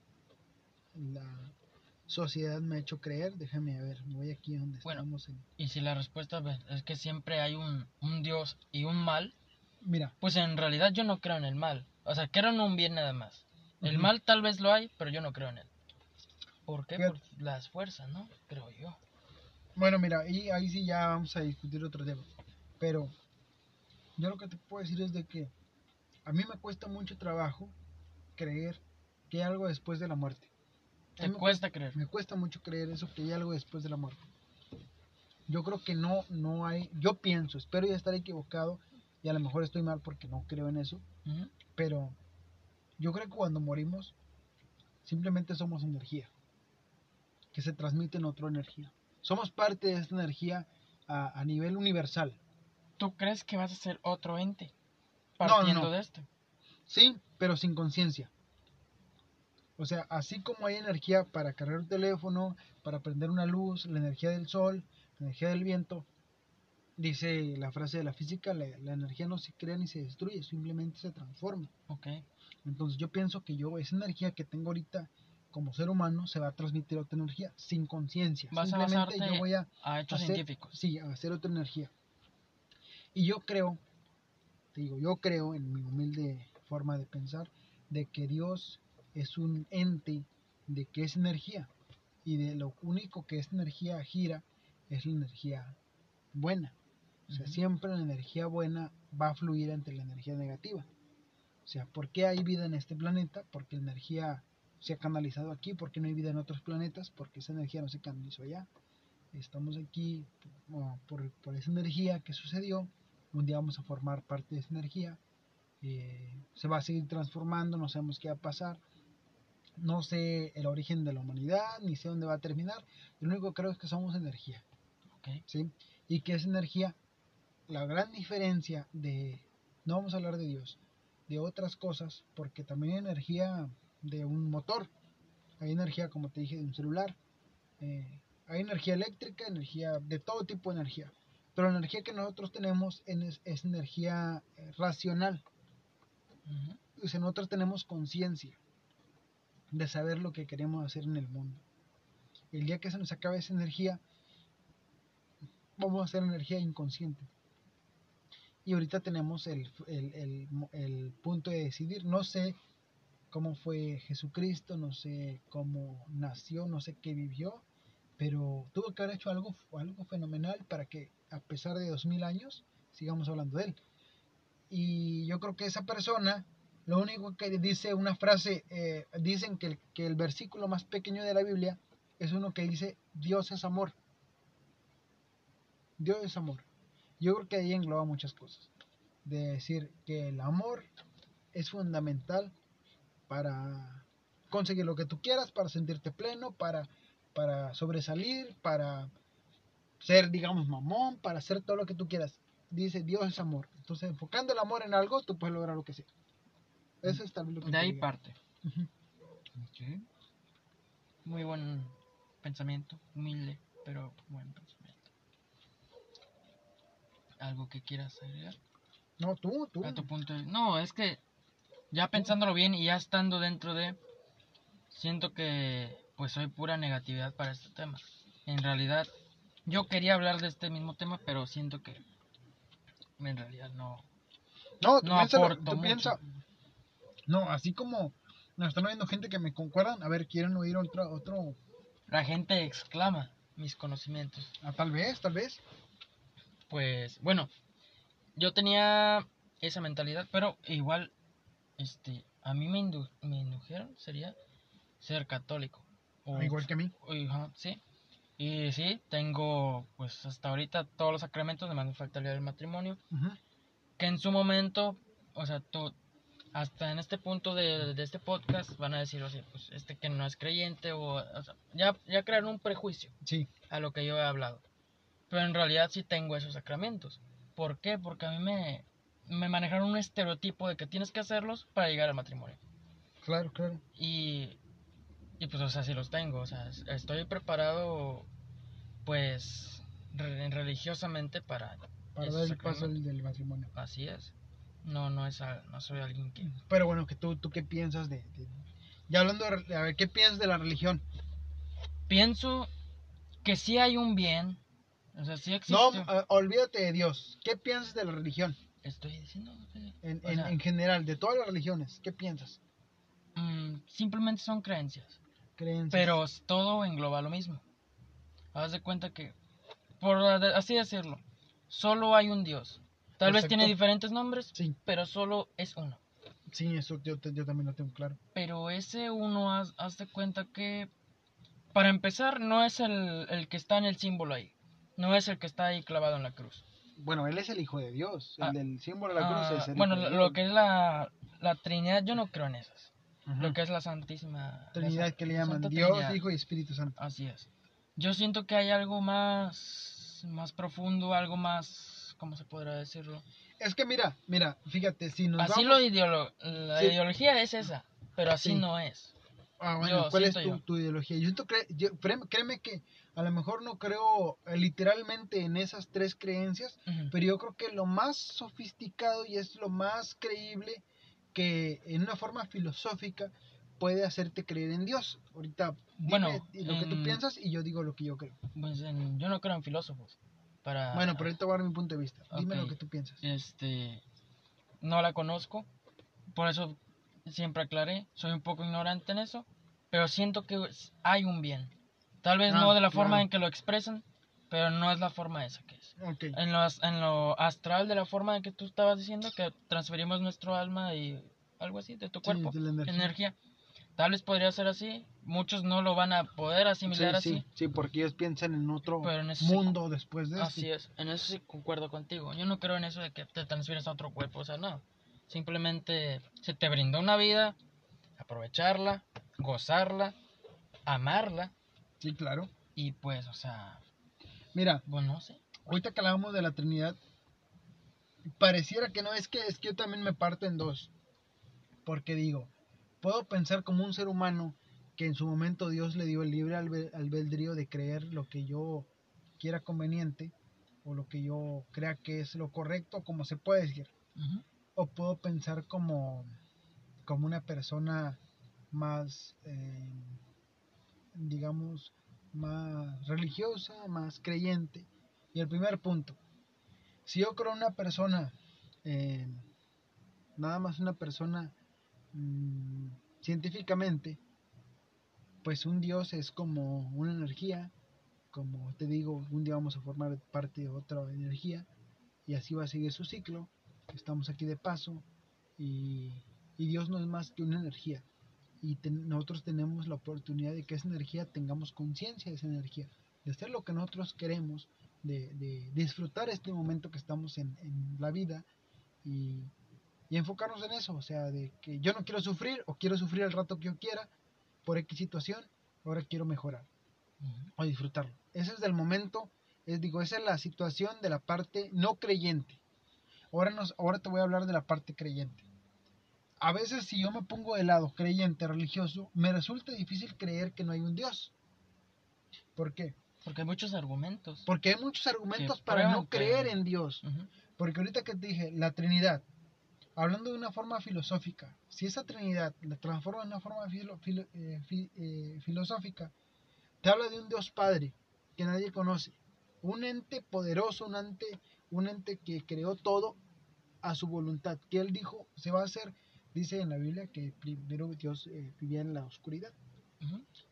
Speaker 1: la sociedad me ha hecho creer. Déjame ver, me voy aquí donde
Speaker 2: Bueno,
Speaker 1: estamos. En...
Speaker 2: Y si la respuesta es que siempre hay un, un Dios y un mal,
Speaker 1: mira,
Speaker 2: pues en realidad yo no creo en el mal. O sea, creo en un bien nada más. El
Speaker 1: uh-huh.
Speaker 2: mal tal vez lo hay, pero yo no creo en él. ¿Por qué?
Speaker 1: Fíjate.
Speaker 2: Por las fuerzas, ¿no? Creo yo.
Speaker 1: Bueno, mira, ahí, ahí sí ya vamos a discutir otro tema. Pero yo lo que te puedo decir es de que a mí me cuesta mucho trabajo creer que hay algo después de la muerte.
Speaker 2: ¿Te
Speaker 1: me
Speaker 2: cuesta,
Speaker 1: cuesta
Speaker 2: creer?
Speaker 1: Me cuesta mucho creer eso, que hay algo después de la muerte. Yo creo que no, no hay, yo pienso, espero ya estar equivocado y a lo mejor estoy mal porque no creo en eso,
Speaker 2: Uh-huh.
Speaker 1: pero yo creo que cuando morimos simplemente somos energía, que se transmite en otra energía. Somos parte de esta energía a, a nivel universal.
Speaker 2: ¿Tú crees que vas a ser otro ente
Speaker 1: No,
Speaker 2: partiendo
Speaker 1: no, no.
Speaker 2: de esto?
Speaker 1: Sí, pero sin conciencia. O sea, así como hay energía para cargar un teléfono, para prender una luz, la energía del sol, la energía del viento, dice la frase de la física, la, la energía no se crea ni se destruye, simplemente se transforma.
Speaker 2: Okay.
Speaker 1: Entonces yo pienso que yo, esa energía que tengo ahorita como ser humano, se va a transmitir otra energía, sin conciencia. Simplemente yo voy a,
Speaker 2: a hechos
Speaker 1: hacer,
Speaker 2: científicos.
Speaker 1: Sí, a hacer otra energía. Y yo creo, te digo, yo creo en mi humilde forma de pensar, de que Dios es un ente, de que es energía. Y de lo único que esta energía gira es la energía buena. O sea, uh-huh. Siempre la energía buena va a fluir ante la energía negativa. O sea, ¿por qué hay vida en este planeta? Porque la energía se ha canalizado aquí. ¿Por qué no hay vida en otros planetas? Porque esa energía no se canalizó allá. Estamos aquí uh, por, por esa energía que sucedió. Un día vamos a formar parte de esa energía. Eh, se va a seguir transformando, no sabemos qué va a pasar. No sé el origen de la humanidad, ni sé dónde va a terminar. Lo único que creo es que somos energía.
Speaker 2: Okay.
Speaker 1: ¿Sí? Y que esa energía, la gran diferencia de, no vamos a hablar de Dios, de otras cosas, porque también hay energía de un motor, hay energía, como te dije, de un celular, eh, hay energía eléctrica, energía de todo tipo de energía, pero la energía que nosotros tenemos es, es energía racional. Uh-huh. O sea, nosotros tenemos conciencia de saber lo que queremos hacer en el mundo. El día que se nos acabe esa energía, vamos a hacer energía inconsciente. Y ahorita tenemos el, el, el, el punto de decidir. No sé cómo fue Jesucristo, no sé cómo nació, no sé qué vivió, pero tuvo que haber hecho algo, algo fenomenal para que a pesar de dos mil años sigamos hablando de él. Y yo creo que esa persona, lo único que dice una frase, eh, dicen que el, que el versículo más pequeño de la Biblia es uno que dice Dios es amor. Dios es amor. Yo creo que ahí engloba muchas cosas. De decir que el amor es fundamental para conseguir lo que tú quieras, para sentirte pleno, para, para sobresalir, para ser, digamos, mamón, para hacer todo lo que tú quieras. Dice Dios es amor. Entonces, enfocando el amor en algo, tú puedes lograr lo que sea. Eso es también lo que
Speaker 2: de ahí parte.
Speaker 1: Uh-huh.
Speaker 2: Okay. Muy buen pensamiento, humilde, pero buen pensamiento. ¿Algo que quieras agregar?
Speaker 1: No, tú, tú.
Speaker 2: A tu punto de... No, es que ya pensándolo bien y ya estando dentro de... Siento que pues soy pura negatividad para este tema. En realidad, yo quería hablar de este mismo tema, pero siento que en realidad no...
Speaker 1: No, tú,
Speaker 2: no
Speaker 1: piénsalo,
Speaker 2: aporto
Speaker 1: tú
Speaker 2: mucho.
Speaker 1: piensa... No, así como nos están oyendo gente que me concuerdan, a ver, quieren oír otro, otro,
Speaker 2: la gente exclama mis conocimientos.
Speaker 1: Ah, tal vez, tal vez.
Speaker 2: Pues, bueno, yo tenía esa mentalidad, pero igual, este, a mí me, indu me indujeron, sería ser católico. O,
Speaker 1: Ah, igual que a mí.
Speaker 2: o, ajá, sí. Y sí, tengo, pues hasta ahorita todos los sacramentos, además me falta el día del matrimonio.
Speaker 1: Uh-huh.
Speaker 2: Que en su momento, o sea, tú, hasta en este punto de, de este podcast van a decir, o sea, pues este que no es creyente, o, o sea, ya, ya crear un prejuicio
Speaker 1: Sí.
Speaker 2: a lo que yo he hablado. Pero en realidad sí tengo esos sacramentos. ¿Por qué? Porque a mí me, me manejaron un estereotipo de que tienes que hacerlos para llegar al matrimonio.
Speaker 1: Claro, claro.
Speaker 2: Y, y pues, o sea, sí los tengo. O sea, estoy preparado, pues, re religiosamente para...
Speaker 1: Para dar el paso del, del matrimonio.
Speaker 2: Así es. No, no, es a, no soy alguien que...
Speaker 1: Pero bueno, que tú, tú ¿qué piensas de, de... Ya hablando de... A ver, ¿qué piensas de la religión?
Speaker 2: Pienso que sí hay un bien. O sea, sí existe.
Speaker 1: No, uh, olvídate de Dios. ¿Qué piensas de la religión?
Speaker 2: Estoy diciendo que...
Speaker 1: En, en, sea, en general, de todas las religiones, ¿qué piensas?
Speaker 2: Mmm, simplemente son creencias.
Speaker 1: Creencias.
Speaker 2: Pero todo engloba lo mismo. Haz de cuenta que, por así decirlo, solo hay un Dios. Tal Exacto. vez tiene diferentes nombres,
Speaker 1: sí.
Speaker 2: pero solo es uno.
Speaker 1: Sí, eso yo, yo también lo tengo claro.
Speaker 2: Pero ese uno, haz, haz de cuenta que, para empezar, no es el, el que está en el símbolo ahí. No es el que está ahí clavado en la cruz.
Speaker 1: Bueno, él es el hijo de Dios. El
Speaker 2: ah,
Speaker 1: del símbolo de la cruz
Speaker 2: ah,
Speaker 1: es el
Speaker 2: bueno,
Speaker 1: hijo de
Speaker 2: Dios. Lo que es la, la Trinidad, yo no creo en esas. Uh-huh. Lo que es la Santísima
Speaker 1: Trinidad,
Speaker 2: la,
Speaker 1: que le llaman
Speaker 2: Santa
Speaker 1: Dios,
Speaker 2: Trinidad.
Speaker 1: Hijo y Espíritu Santo.
Speaker 2: Así es. Yo siento que hay algo más, más profundo, algo más, ¿cómo se podrá decirlo?
Speaker 1: Es que mira, mira, fíjate, si nos
Speaker 2: así
Speaker 1: vamos...
Speaker 2: lo ideolo la sí. ideología es esa, pero así sí. no es.
Speaker 1: Ah, bueno, yo, ¿cuál es tu, tu ideología? Yo, siento, cre yo créeme que a lo mejor no creo eh, literalmente en esas tres creencias, uh-huh. pero yo creo que lo más sofisticado y es lo más creíble que en una forma filosófica puede hacerte creer en Dios. Ahorita dime bueno, lo en, que tú piensas y yo digo lo que yo creo.
Speaker 2: Pues en, yo no creo en filósofos. Para...
Speaker 1: Bueno, pero ahorita voy a dar mi punto de vista. Dime
Speaker 2: okay.
Speaker 1: lo que tú piensas.
Speaker 2: Este, no la conozco, por eso siempre aclaré, soy un poco ignorante en eso, pero siento que hay un bien. Tal vez ah, no de la forma claro. en que lo expresan, pero no es la forma esa que es.
Speaker 1: Okay.
Speaker 2: En, lo, en lo astral, de la forma en que tú estabas diciendo, que transferimos nuestro alma y algo así, de tu cuerpo,
Speaker 1: sí, de la energía.
Speaker 2: energía. Tal vez podría ser así, muchos no lo van a poder asimilar
Speaker 1: sí,
Speaker 2: así.
Speaker 1: Sí, sí, porque ellos piensan en otro en mundo sí, después de
Speaker 2: Así
Speaker 1: este.
Speaker 2: es, en eso sí concuerdo contigo. Yo no creo en eso de que te transfieres a otro cuerpo, o sea, no. Simplemente se te brindó una vida, aprovecharla, gozarla, amarla.
Speaker 1: Sí, claro.
Speaker 2: Y pues, o sea...
Speaker 1: Mira,
Speaker 2: bueno, no sé.
Speaker 1: Ahorita que hablábamos de la Trinidad, pareciera que no, es que, es que yo también me parto en dos. Porque digo, puedo pensar como un ser humano que en su momento Dios le dio el libre albedrío de creer lo que yo quiera conveniente o lo que yo crea que es lo correcto, como se puede decir. Uh-huh. O puedo pensar como, como una persona más, eh, digamos, más religiosa, más creyente. Y el primer punto, si yo creo una persona, eh, nada más una persona mmm, científicamente, pues un Dios es como una energía, como te digo, un día vamos a formar parte de otra energía y así va a seguir su ciclo. Estamos aquí de paso y, y Dios no es más que una energía y te, nosotros tenemos la oportunidad de que esa energía tengamos conciencia de esa energía, de hacer lo que nosotros queremos, de, de disfrutar este momento que estamos en, en la vida y, y enfocarnos en eso, o sea, de que yo no quiero sufrir o quiero sufrir el rato que yo quiera por X situación, ahora quiero mejorar uh-huh. o disfrutarlo. Ese es el momento, es, digo, esa es la situación de la parte no creyente. Ahora, nos, ahora te voy a hablar de la parte creyente. A veces si yo me pongo de lado creyente, religioso, me resulta difícil creer que no hay un Dios. ¿Por qué?
Speaker 2: Porque hay muchos argumentos.
Speaker 1: Porque hay muchos argumentos para no creer que... en Dios. Uh-huh. Porque ahorita que te dije, la Trinidad, hablando de una forma filosófica, si esa Trinidad la transforma en una forma filo, filo, eh, fi, eh, filosófica, te habla de un Dios Padre que nadie conoce. Un ente poderoso, un ente, un ente que creó todo a su voluntad. Que Él dijo, se va a hacer... Dice en la Biblia que primero Dios eh, vivía en la oscuridad. Uh-huh.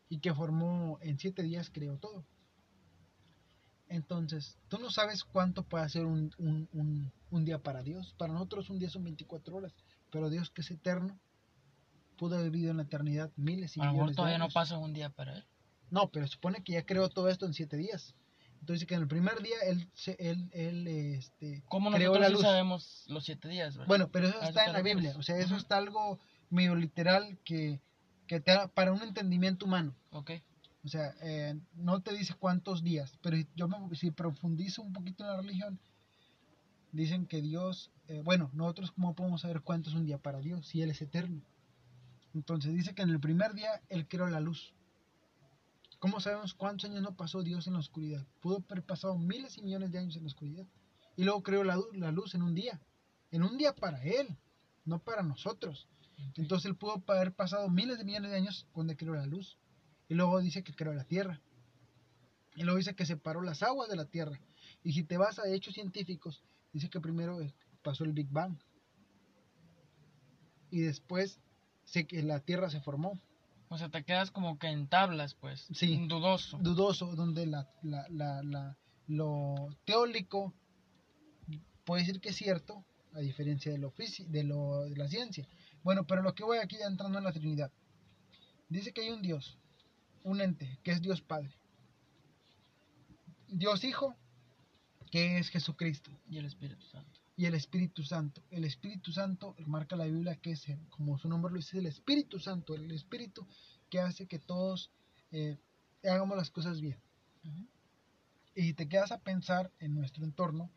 Speaker 1: y que formó en siete días, creó todo. Entonces, tú no sabes cuánto puede ser un, un, un, un día para Dios. Para nosotros un día son veinticuatro horas, pero Dios, que es eterno, pudo haber vivido en la eternidad miles y
Speaker 2: A lo mejor
Speaker 1: millones de
Speaker 2: todavía no
Speaker 1: años.
Speaker 2: pasa un día para él.
Speaker 1: No, pero supone que ya creó todo esto en siete días. Entonces, que en el primer día él, se- él, él este,
Speaker 2: ¿Cómo
Speaker 1: creó
Speaker 2: nosotros
Speaker 1: la
Speaker 2: sí
Speaker 1: luz.
Speaker 2: sabemos los siete días, verdad?
Speaker 1: Bueno, pero eso
Speaker 2: ¿A eso
Speaker 1: está
Speaker 2: te
Speaker 1: en la
Speaker 2: refieres?
Speaker 1: Biblia. O sea, eso
Speaker 2: Ujú.
Speaker 1: está algo medio literal que, que te da para un entendimiento humano.
Speaker 2: Ok.
Speaker 1: O sea, eh, no te dice cuántos días, pero yo me, si profundizo un poquito en la religión, dicen que Dios, eh, bueno, nosotros cómo podemos saber cuánto es un día para Dios si Él es eterno. Entonces dice que en el primer día Él creó la luz. ¿Cómo sabemos cuántos años no pasó Dios en la oscuridad? Pudo haber pasado miles y millones de años en la oscuridad. Y luego creó la, la luz en un día. En un día para Él, no para nosotros.
Speaker 2: Okay.
Speaker 1: Entonces Él pudo haber pasado miles de millones de años cuando creó la luz. Y luego dice que creó la tierra. Y luego dice que separó las aguas de la tierra. Y si te vas a hechos científicos, dice que primero pasó el Big Bang. Y después sé que la tierra se formó.
Speaker 2: O sea, te quedas como que en tablas, pues.
Speaker 1: Sí,
Speaker 2: Dudoso.
Speaker 1: dudoso, donde la, la, la, la, lo teórico puede decir que es cierto, a diferencia de lo, físico, de, lo de la ciencia. Bueno, pero lo que voy aquí ya entrando en la Trinidad. Dice que hay un Dios, un ente, que es Dios Padre. Dios Hijo, que es Jesucristo.
Speaker 2: Y el Espíritu Santo.
Speaker 1: Y el Espíritu Santo. El Espíritu Santo marca la Biblia que es, como su nombre lo dice, el Espíritu Santo, el Espíritu que hace que todos eh, hagamos las cosas bien.
Speaker 2: Uh-huh.
Speaker 1: Y si te quedas a pensar en nuestro entorno,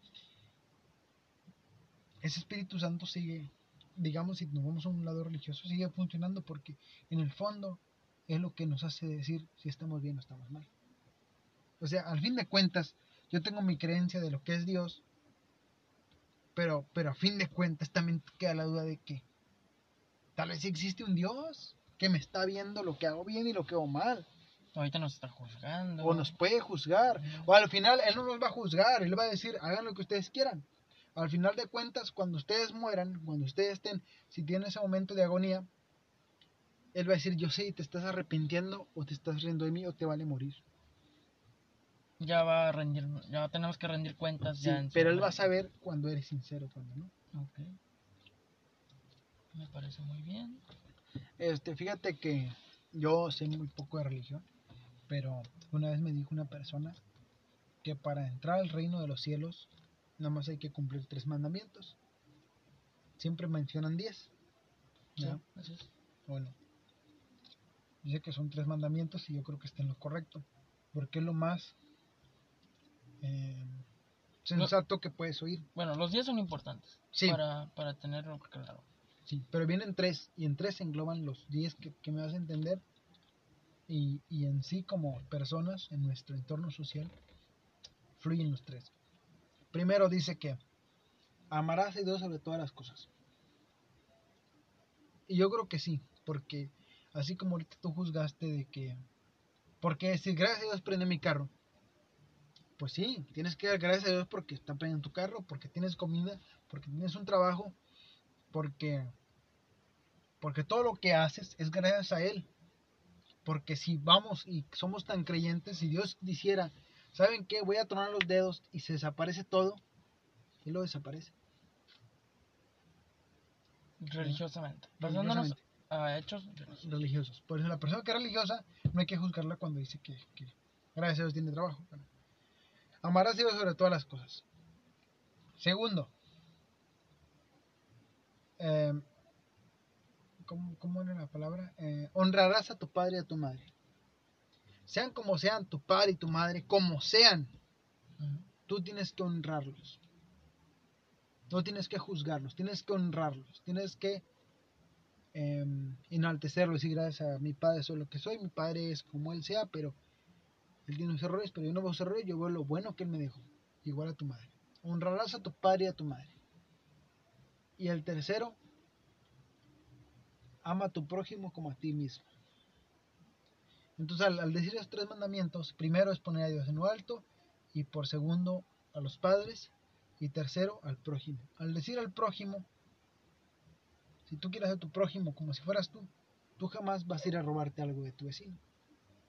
Speaker 1: ese Espíritu Santo sigue, digamos, si nos vamos a un lado religioso, sigue funcionando porque en el fondo es lo que nos hace decir si estamos bien o estamos mal. O sea, al fin de cuentas, yo tengo mi creencia de lo que es Dios, pero, pero a fin de cuentas también queda la duda de que tal vez existe un Dios que me está viendo lo que hago bien y lo que hago mal.
Speaker 2: Ahorita nos está juzgando.
Speaker 1: O nos puede juzgar. O al final Él no nos va a juzgar. Él va a decir, hagan lo que ustedes quieran. Al final de cuentas, cuando ustedes mueran, cuando ustedes estén, si tienen ese momento de agonía, Él va a decir, yo sé, te estás arrepintiendo o te estás riendo de mí o te vale morir.
Speaker 2: Ya va a rendir, ya tenemos que rendir cuentas.
Speaker 1: Sí,
Speaker 2: ya en
Speaker 1: pero Él va a saber cuando eres sincero, cuando no.
Speaker 2: Ok. Me parece muy bien.
Speaker 1: Este, fíjate que yo sé muy poco de religión, pero una vez me dijo una persona que para entrar al reino de los cielos nada más hay que cumplir tres mandamientos. Siempre mencionan diez.
Speaker 2: Sí,
Speaker 1: ¿no?
Speaker 2: así es.
Speaker 1: Bueno, dice que son tres mandamientos y yo creo que está en lo correcto, porque es lo más eh, sensato lo, que puedes oír.
Speaker 2: Bueno, los diez son importantes,
Speaker 1: sí,
Speaker 2: para, para tenerlo claro.
Speaker 1: Sí, pero vienen tres, y en tres se engloban los diez que, que me vas a entender, y, y en sí como personas, en nuestro entorno social, fluyen los tres. Primero dice que amarás a Dios sobre todas las cosas. Y yo creo que sí, porque así como ahorita tú juzgaste de que, porque si gracias a Dios prende mi carro, pues sí, tienes que dar gracias a Dios porque está prendiendo tu carro, porque tienes comida, porque tienes un trabajo, porque, porque todo lo que haces es gracias a Él. Porque si vamos y somos tan creyentes, si Dios dijera, ¿saben qué? Voy a tronar los dedos y se desaparece todo, Él lo desaparece.
Speaker 2: Religiosamente.
Speaker 1: Religiosamente.
Speaker 2: Pasándonos a hechos religiosos.
Speaker 1: religiosos. Por eso la persona que es religiosa no hay que juzgarla cuando dice que, que gracias a Dios tiene trabajo. Bueno, amarás a Dios sobre todas las cosas. Segundo, eh, ¿cómo, ¿cómo era la palabra? Eh, honrarás a tu padre y a tu madre. Sean como sean tu padre y tu madre, como sean, uh-huh. Tú tienes que honrarlos. No tienes que juzgarlos, tienes que honrarlos, tienes que eh, enaltecerlos y gracias a mi padre soy lo que soy, mi padre es como él sea, pero él tiene sus errores, pero yo no veo sus errores, yo veo lo bueno que él me dejó, igual a tu madre. Honrarás a tu padre y a tu madre. Y el tercero, ama a tu prójimo como a ti mismo. Entonces al, al decir esos tres mandamientos, primero es poner a Dios en lo alto, y por segundo a los padres, y tercero al prójimo. Al decir al prójimo, si tú quieres a tu prójimo como si fueras tú, tú jamás vas a ir a robarte algo de tu vecino.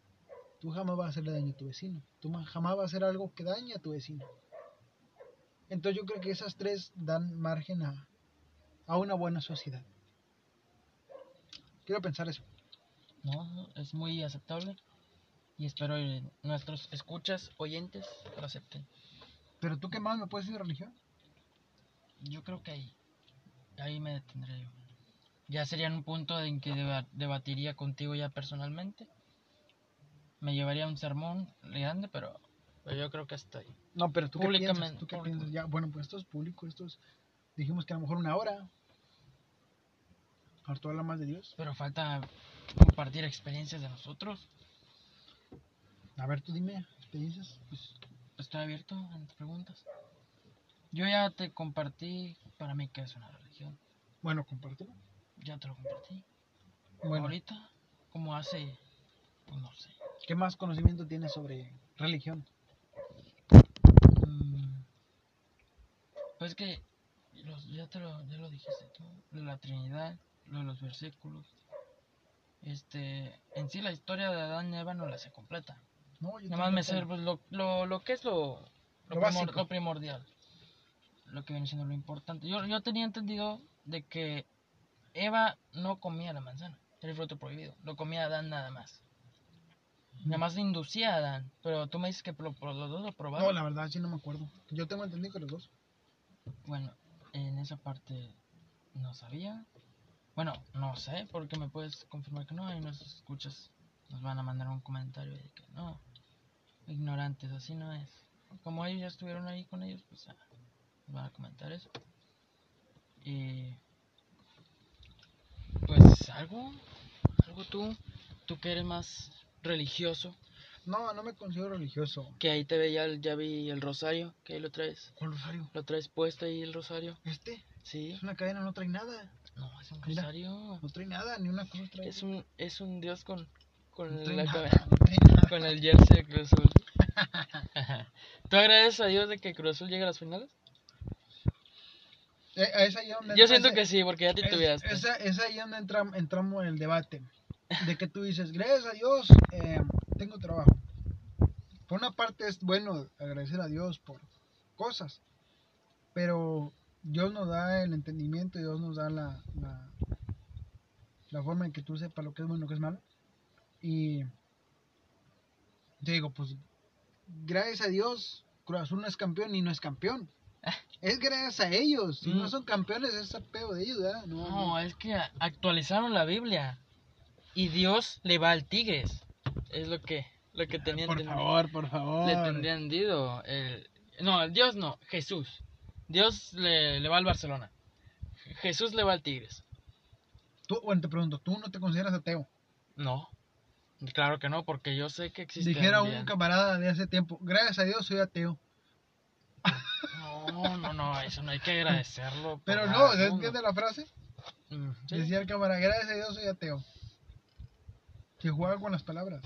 Speaker 1: tú jamás vas a hacerle daño a tu vecino. Tú jamás vas a hacer algo que dañe a tu vecino. Entonces yo creo que esas tres dan margen a, a una buena sociedad. Quiero pensar eso.
Speaker 2: No, es muy aceptable. Y espero que nuestros escuchas, oyentes, lo acepten.
Speaker 1: ¿Pero tú qué más me puedes decir de religión?
Speaker 2: Yo creo que ahí, ahí me detendré yo. Ya sería un punto en que deba, debatiría contigo ya personalmente. Me llevaría un sermón grande, pero, pero yo creo que hasta ahí.
Speaker 1: No, pero tú qué piensas, ¿tú qué piensas? Ya, bueno, pues esto es público, esto es, dijimos que a lo mejor una hora. Ahora tú hablas más de Dios.
Speaker 2: Pero falta compartir experiencias de nosotros.
Speaker 1: A ver, tú dime, experiencias.
Speaker 2: Pues estoy abierto a las preguntas. Yo ya te compartí para mí qué es una religión.
Speaker 1: Bueno, compártelo.
Speaker 2: Ya te lo compartí.
Speaker 1: Bueno.
Speaker 2: Ahorita, como hace, pues no sé.
Speaker 1: ¿Qué más conocimiento tienes sobre religión?
Speaker 2: Mm, pues que los, ya te lo, ya lo dijiste tú, lo de la Trinidad, lo de los versículos. Este, en sí la historia de Adán y Eva no la sé completa.
Speaker 1: No, yo
Speaker 2: Nada más me sé pues, lo, lo, lo que es lo, lo,
Speaker 1: lo,
Speaker 2: primor, lo primordial. Lo que viene siendo lo importante. Yo, yo tenía entendido de que Eva no comía la manzana, el fruto prohibido. Lo comía Adán nada más. Nada más inducía a Adán. Pero tú me dices que por, por los dos lo probaron.
Speaker 1: No, la verdad sí no me acuerdo. Yo tengo entendido que los dos.
Speaker 2: Bueno, en esa parte no sabía. Bueno, no sé, porque me puedes confirmar que no. Y nos escuchas, nos van a mandar un comentario de que no. Ignorantes, así no es. Como ellos ya estuvieron ahí con ellos, pues ah, nos van a comentar eso. Y pues algo, algo tú, tú que eres más religioso.
Speaker 1: No, no me considero religioso.
Speaker 2: Que ahí te ve, ya, ya vi el rosario, que ahí lo traes.
Speaker 1: ¿Cuál rosario?
Speaker 2: Lo traes puesto ahí el rosario.
Speaker 1: ¿Este?
Speaker 2: Sí.
Speaker 1: Es una cadena, no trae nada.
Speaker 2: No, es un
Speaker 1: Mira,
Speaker 2: rosario.
Speaker 1: no trae nada, ni una cruz trae.
Speaker 2: Es un, es un dios con, con,
Speaker 1: no
Speaker 2: la,
Speaker 1: nada, no
Speaker 2: con el jersey de Cruz Azul. ¿Tú agradeces a Dios de que Cruz Azul llegue a las finales?
Speaker 1: Eh, es ahí donde
Speaker 2: Yo siento
Speaker 1: ese,
Speaker 2: que sí, porque ya titubeaste.
Speaker 1: Es, es, es ahí donde entra, entramos en el debate. De que tú dices, gracias a Dios, eh, tengo trabajo. Por una parte es bueno agradecer a Dios por cosas, pero Dios nos da el entendimiento, Dios nos da la, la, la forma en que tú sepas lo que es bueno y lo que es malo. Y te digo, pues gracias a Dios, Cruz Azul no es campeón y no es campeón. Es gracias a ellos. Si mm. no son campeones, es a pedo de ellos, ¿verdad?
Speaker 2: No, no, es que actualizaron la Biblia. Y Dios le va al Tigres. Es lo que, lo que tenían
Speaker 1: Por
Speaker 2: entendido.
Speaker 1: favor, por favor.
Speaker 2: Le tendría entendido. El... No, Dios no, Jesús. Dios le, le va al Barcelona. Jesús le va al Tigres.
Speaker 1: Tú, bueno, te pregunto, ¿tú no te consideras ateo?
Speaker 2: No, claro que no, porque yo sé que existe.
Speaker 1: Dijera un camarada de hace tiempo, gracias a Dios soy ateo.
Speaker 2: No, no, no, eso no hay que agradecerlo.
Speaker 1: Pero no, ¿se entiende la frase? Mm, ¿sí? Decía el camarada, gracias a Dios soy ateo. Que juega con las palabras.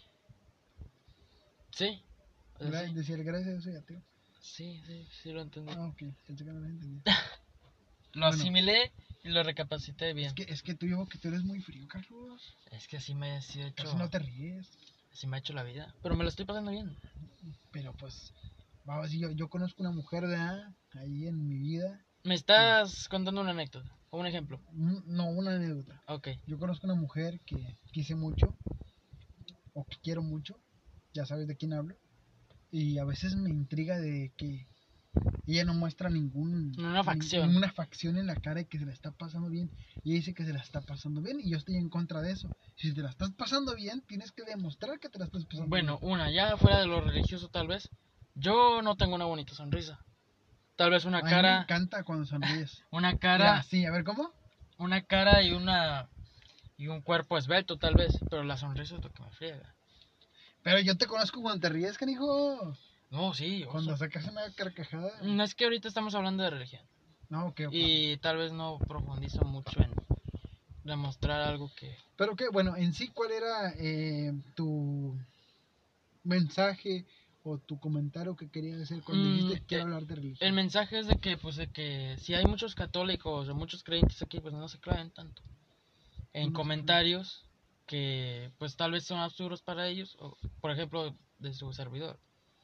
Speaker 2: Sí.
Speaker 1: Gra- sí. Decía el gracias a Dios soy ateo.
Speaker 2: Sí, sí, sí lo entendí.
Speaker 1: Ah, ok, pensé que no lo entendí.
Speaker 2: Lo bueno, asimilé y lo recapacité bien.
Speaker 1: Es que, es que tú, yo, que tú eres muy frío, Carlos.
Speaker 2: Es que así me ha hecho...
Speaker 1: Casi no te ríes.
Speaker 2: Así me ha hecho la vida. Pero me lo estoy pasando bien.
Speaker 1: Pero pues... Vamos, yo, yo conozco una mujer de ahí en mi vida.
Speaker 2: ¿Me estás que, contando una anécdota? ¿O un ejemplo?
Speaker 1: No, una anécdota.
Speaker 2: Ok.
Speaker 1: Yo conozco una mujer que quise mucho, o que quiero mucho, ya sabes de quién hablo, y a veces me intriga de que ella no muestra ningún,
Speaker 2: una facción.
Speaker 1: ninguna facción en la cara y que se la está pasando bien. Y ella dice que se la está pasando bien, y yo estoy en contra de eso. Si te la estás pasando bien, tienes que demostrar que te la estás pasando
Speaker 2: bueno,
Speaker 1: bien.
Speaker 2: Bueno, una, ya fuera de lo religioso tal vez. Yo no tengo una bonita sonrisa. Tal vez una
Speaker 1: a
Speaker 2: cara...
Speaker 1: A mí me encanta cuando sonríes.
Speaker 2: Una cara...
Speaker 1: Ya, sí, a ver, ¿cómo?
Speaker 2: Una cara y una... Y un cuerpo esbelto tal vez. Pero la sonrisa es lo que me friega.
Speaker 1: Pero yo te conozco cuando te ríes, canijo.
Speaker 2: No, sí.
Speaker 1: Cuando soy... sacas una carcajada.
Speaker 2: No, es que ahorita estamos hablando de religión.
Speaker 1: No, ok, ok.
Speaker 2: Y tal vez no profundizo mucho en demostrar algo que...
Speaker 1: Pero que, bueno, en sí, ¿cuál era eh, tu mensaje o tu comentario que querías hacer cuando mm, dijiste quiero eh, hablar de religión?
Speaker 2: El mensaje es de que, pues, de que si hay muchos católicos o muchos creyentes aquí, pues no se claven tanto en no comentarios que pues tal vez son absurdos para ellos, o, por ejemplo, de su servidor.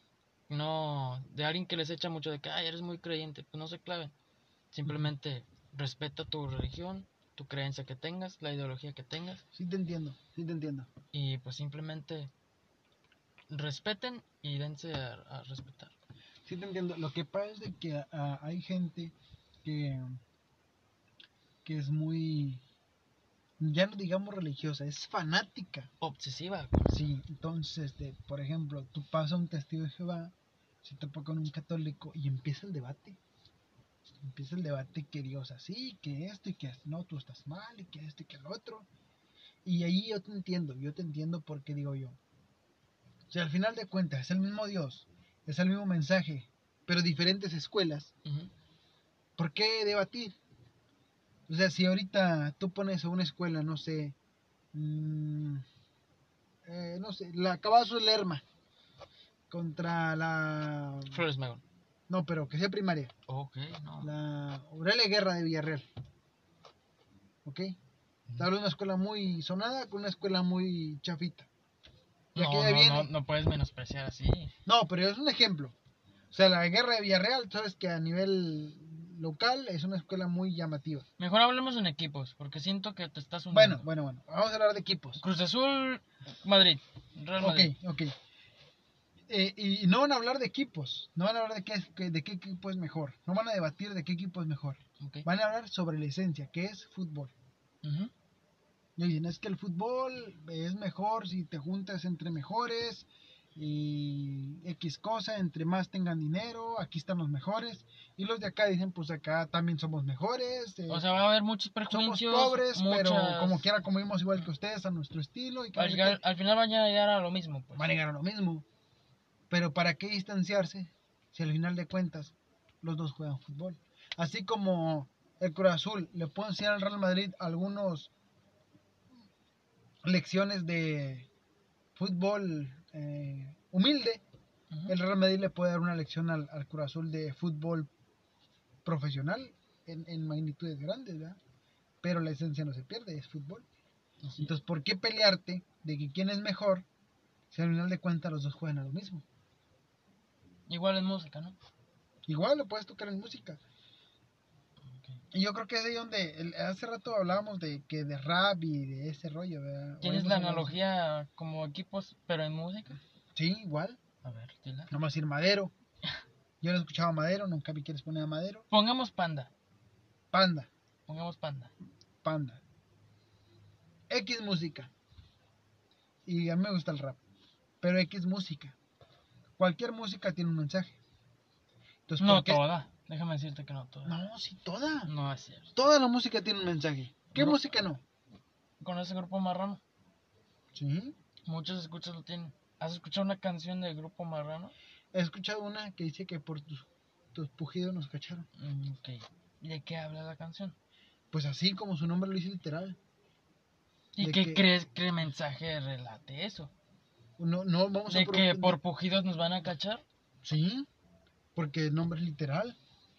Speaker 2: No, de alguien que les echa mucho de que, ay, eres muy creyente, pues no se claven. Simplemente uh-huh. respeta tu religión, tu creencia que tengas, la ideología que tengas.
Speaker 1: Sí te entiendo, sí te entiendo.
Speaker 2: Y pues simplemente respeten y dense a, a respetar.
Speaker 1: Sí te entiendo. Lo que pasa es de que uh, hay gente que, que es muy, ya no digamos religiosa, es fanática.
Speaker 2: Obsesiva.
Speaker 1: Sí, entonces, de, por ejemplo, tú pasas a un testigo de Jehová, se topa con un católico y empieza el debate. Empieza el debate que Dios así, que esto y que esto, no, tú estás mal y que esto y que el otro. Y ahí yo te entiendo, yo te entiendo porque digo yo. O sea, al final de cuentas, es el mismo Dios, es el mismo mensaje, pero diferentes escuelas.
Speaker 2: Uh-huh.
Speaker 1: ¿Por qué debatir? O sea, si ahorita tú pones a una escuela, no sé, mmm, eh, no sé, la Cavazos Lerma contra la...
Speaker 2: Flores Magón.
Speaker 1: No, pero que sea primaria.
Speaker 2: Ok, no.
Speaker 1: La Aurelia Guerra de Villarreal. ¿Ok? Está hablando de una escuela muy sonada con una escuela muy chafita.
Speaker 2: Y no, no, viene... no, no puedes menospreciar así.
Speaker 1: No, pero es un ejemplo. O sea, la Guerra de Villarreal, sabes que a nivel local es una escuela muy llamativa.
Speaker 2: Mejor hablemos en equipos, porque siento que te estás
Speaker 1: Bueno,
Speaker 2: hundiendo.
Speaker 1: bueno, bueno. Vamos a hablar de equipos.
Speaker 2: Cruz Azul, Madrid. Real Madrid.
Speaker 1: Ok, ok. Eh, y no van a hablar de equipos, no van a hablar de qué, de qué equipo es mejor, no van a debatir de qué equipo es mejor,
Speaker 2: okay.
Speaker 1: Van a hablar sobre la esencia, que es fútbol.
Speaker 2: Uh-huh.
Speaker 1: Y dicen, es que el fútbol es mejor si te juntas entre mejores y X cosa, entre más tengan dinero, aquí están los mejores. Y los de acá dicen, pues acá también somos mejores.
Speaker 2: Eh, o sea, va a haber muchos prejuicios.
Speaker 1: Somos pobres,
Speaker 2: muchas...
Speaker 1: pero como quiera comimos igual que ustedes a nuestro estilo. Y
Speaker 2: al, llegar, al final van a llegar a lo mismo. Pues.
Speaker 1: Van a llegar a lo mismo. Pero ¿para qué distanciarse si al final de cuentas los dos juegan fútbol? Así como el Cruz Azul le puede enseñar al Real Madrid algunos lecciones de fútbol eh, humilde, uh-huh. El Real Madrid le puede dar una lección al, al Cruz Azul de fútbol profesional en, en magnitudes grandes, ¿verdad? Pero la esencia no se pierde, es fútbol. Así. Entonces, ¿por qué pelearte de que quién es mejor si al final de cuentas los dos juegan a lo mismo?
Speaker 2: Igual en música, ¿no?
Speaker 1: Igual lo puedes tocar en música. Okay. Y yo creo que es ahí donde el, hace rato hablábamos de que de rap y de ese rollo, ¿verdad?
Speaker 2: ¿Tienes la analogía como equipos, pero en música?
Speaker 1: Sí, igual.
Speaker 2: A ver, dila.
Speaker 1: Vamos a decir Madero. Yo no he escuchado a Madero, nunca me quieres poner a Madero.
Speaker 2: Pongamos Panda.
Speaker 1: Panda.
Speaker 2: Pongamos Panda.
Speaker 1: Panda. X música. Y a mí me gusta el rap. Pero X música. Cualquier música tiene un mensaje.
Speaker 2: Entonces, no toda. Déjame decirte que no toda.
Speaker 1: No, sí, toda.
Speaker 2: No es cierto.
Speaker 1: Toda la música tiene un mensaje. ¿Qué
Speaker 2: Gru-
Speaker 1: música no?
Speaker 2: ¿Con ese grupo Marrano?
Speaker 1: Sí.
Speaker 2: Muchos escuchas lo tienen. ¿Has escuchado una canción del grupo Marrano?
Speaker 1: He escuchado una que dice que por tus, tus pujidos nos cacharon.
Speaker 2: Mm, ok. ¿Y de qué habla la canción?
Speaker 1: Pues así como su nombre lo dice literal.
Speaker 2: ¿Y qué que... crees que el mensaje relate eso?
Speaker 1: No, no vamos
Speaker 2: ¿De
Speaker 1: a...
Speaker 2: ¿De que por pujidos nos van a cachar?
Speaker 1: Sí, porque el nombre es literal.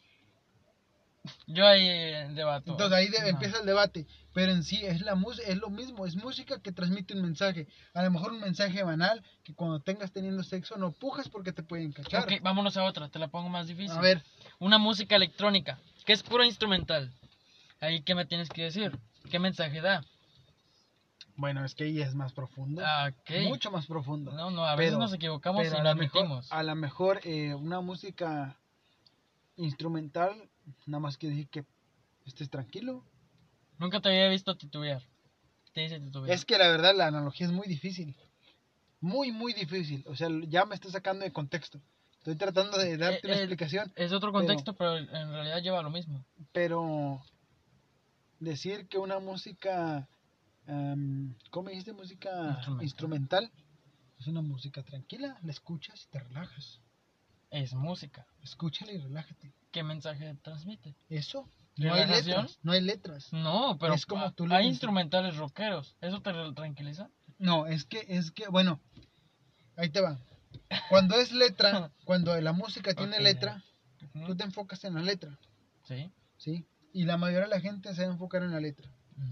Speaker 2: Yo ahí eh, debato.
Speaker 1: Entonces ahí de, no. empieza el debate. Pero en sí es la música, es lo mismo, es música que transmite un mensaje. A lo mejor un mensaje banal, que cuando tengas teniendo sexo no pujas porque te pueden cachar.
Speaker 2: Ok, vámonos a otra, te la pongo más difícil.
Speaker 1: A ver.
Speaker 2: Una música electrónica, que es pura instrumental. Ahí, ¿qué me tienes que decir? ¿Qué mensaje da?
Speaker 1: Bueno, es que ahí es más profundo.
Speaker 2: Okay.
Speaker 1: Mucho más profundo.
Speaker 2: No, no, a veces pero, nos equivocamos y
Speaker 1: a
Speaker 2: lo
Speaker 1: mejor,
Speaker 2: admitimos.
Speaker 1: A lo mejor eh, una música instrumental, nada más quiere decir que estés tranquilo.
Speaker 2: Nunca te había visto titubear. Te dice titubear.
Speaker 1: Es que la verdad la analogía es muy difícil. Muy, muy difícil. O sea, ya me está sacando de contexto. Estoy tratando de darte eh, una eh, explicación.
Speaker 2: Es otro contexto, pero, pero en realidad lleva lo mismo.
Speaker 1: Pero decir que una música... Um, ¿Cómo dijiste? Música instrumental. instrumental. Es una música tranquila, la escuchas y te relajas.
Speaker 2: Es música.
Speaker 1: Escúchala y relájate.
Speaker 2: ¿Qué mensaje transmite?
Speaker 1: Eso. No hay letras. No hay letras.
Speaker 2: No, pero
Speaker 1: es como tú
Speaker 2: hay instrumentales rockeros. ¿Eso te tranquiliza?
Speaker 1: No, es que, es que, bueno, ahí te va. Cuando es letra, cuando la música tiene okay, letra, uh-huh. tú te enfocas en la letra.
Speaker 2: Sí.
Speaker 1: Sí. Y la mayoría de la gente se va a enfocar en la letra.
Speaker 2: Uh-huh.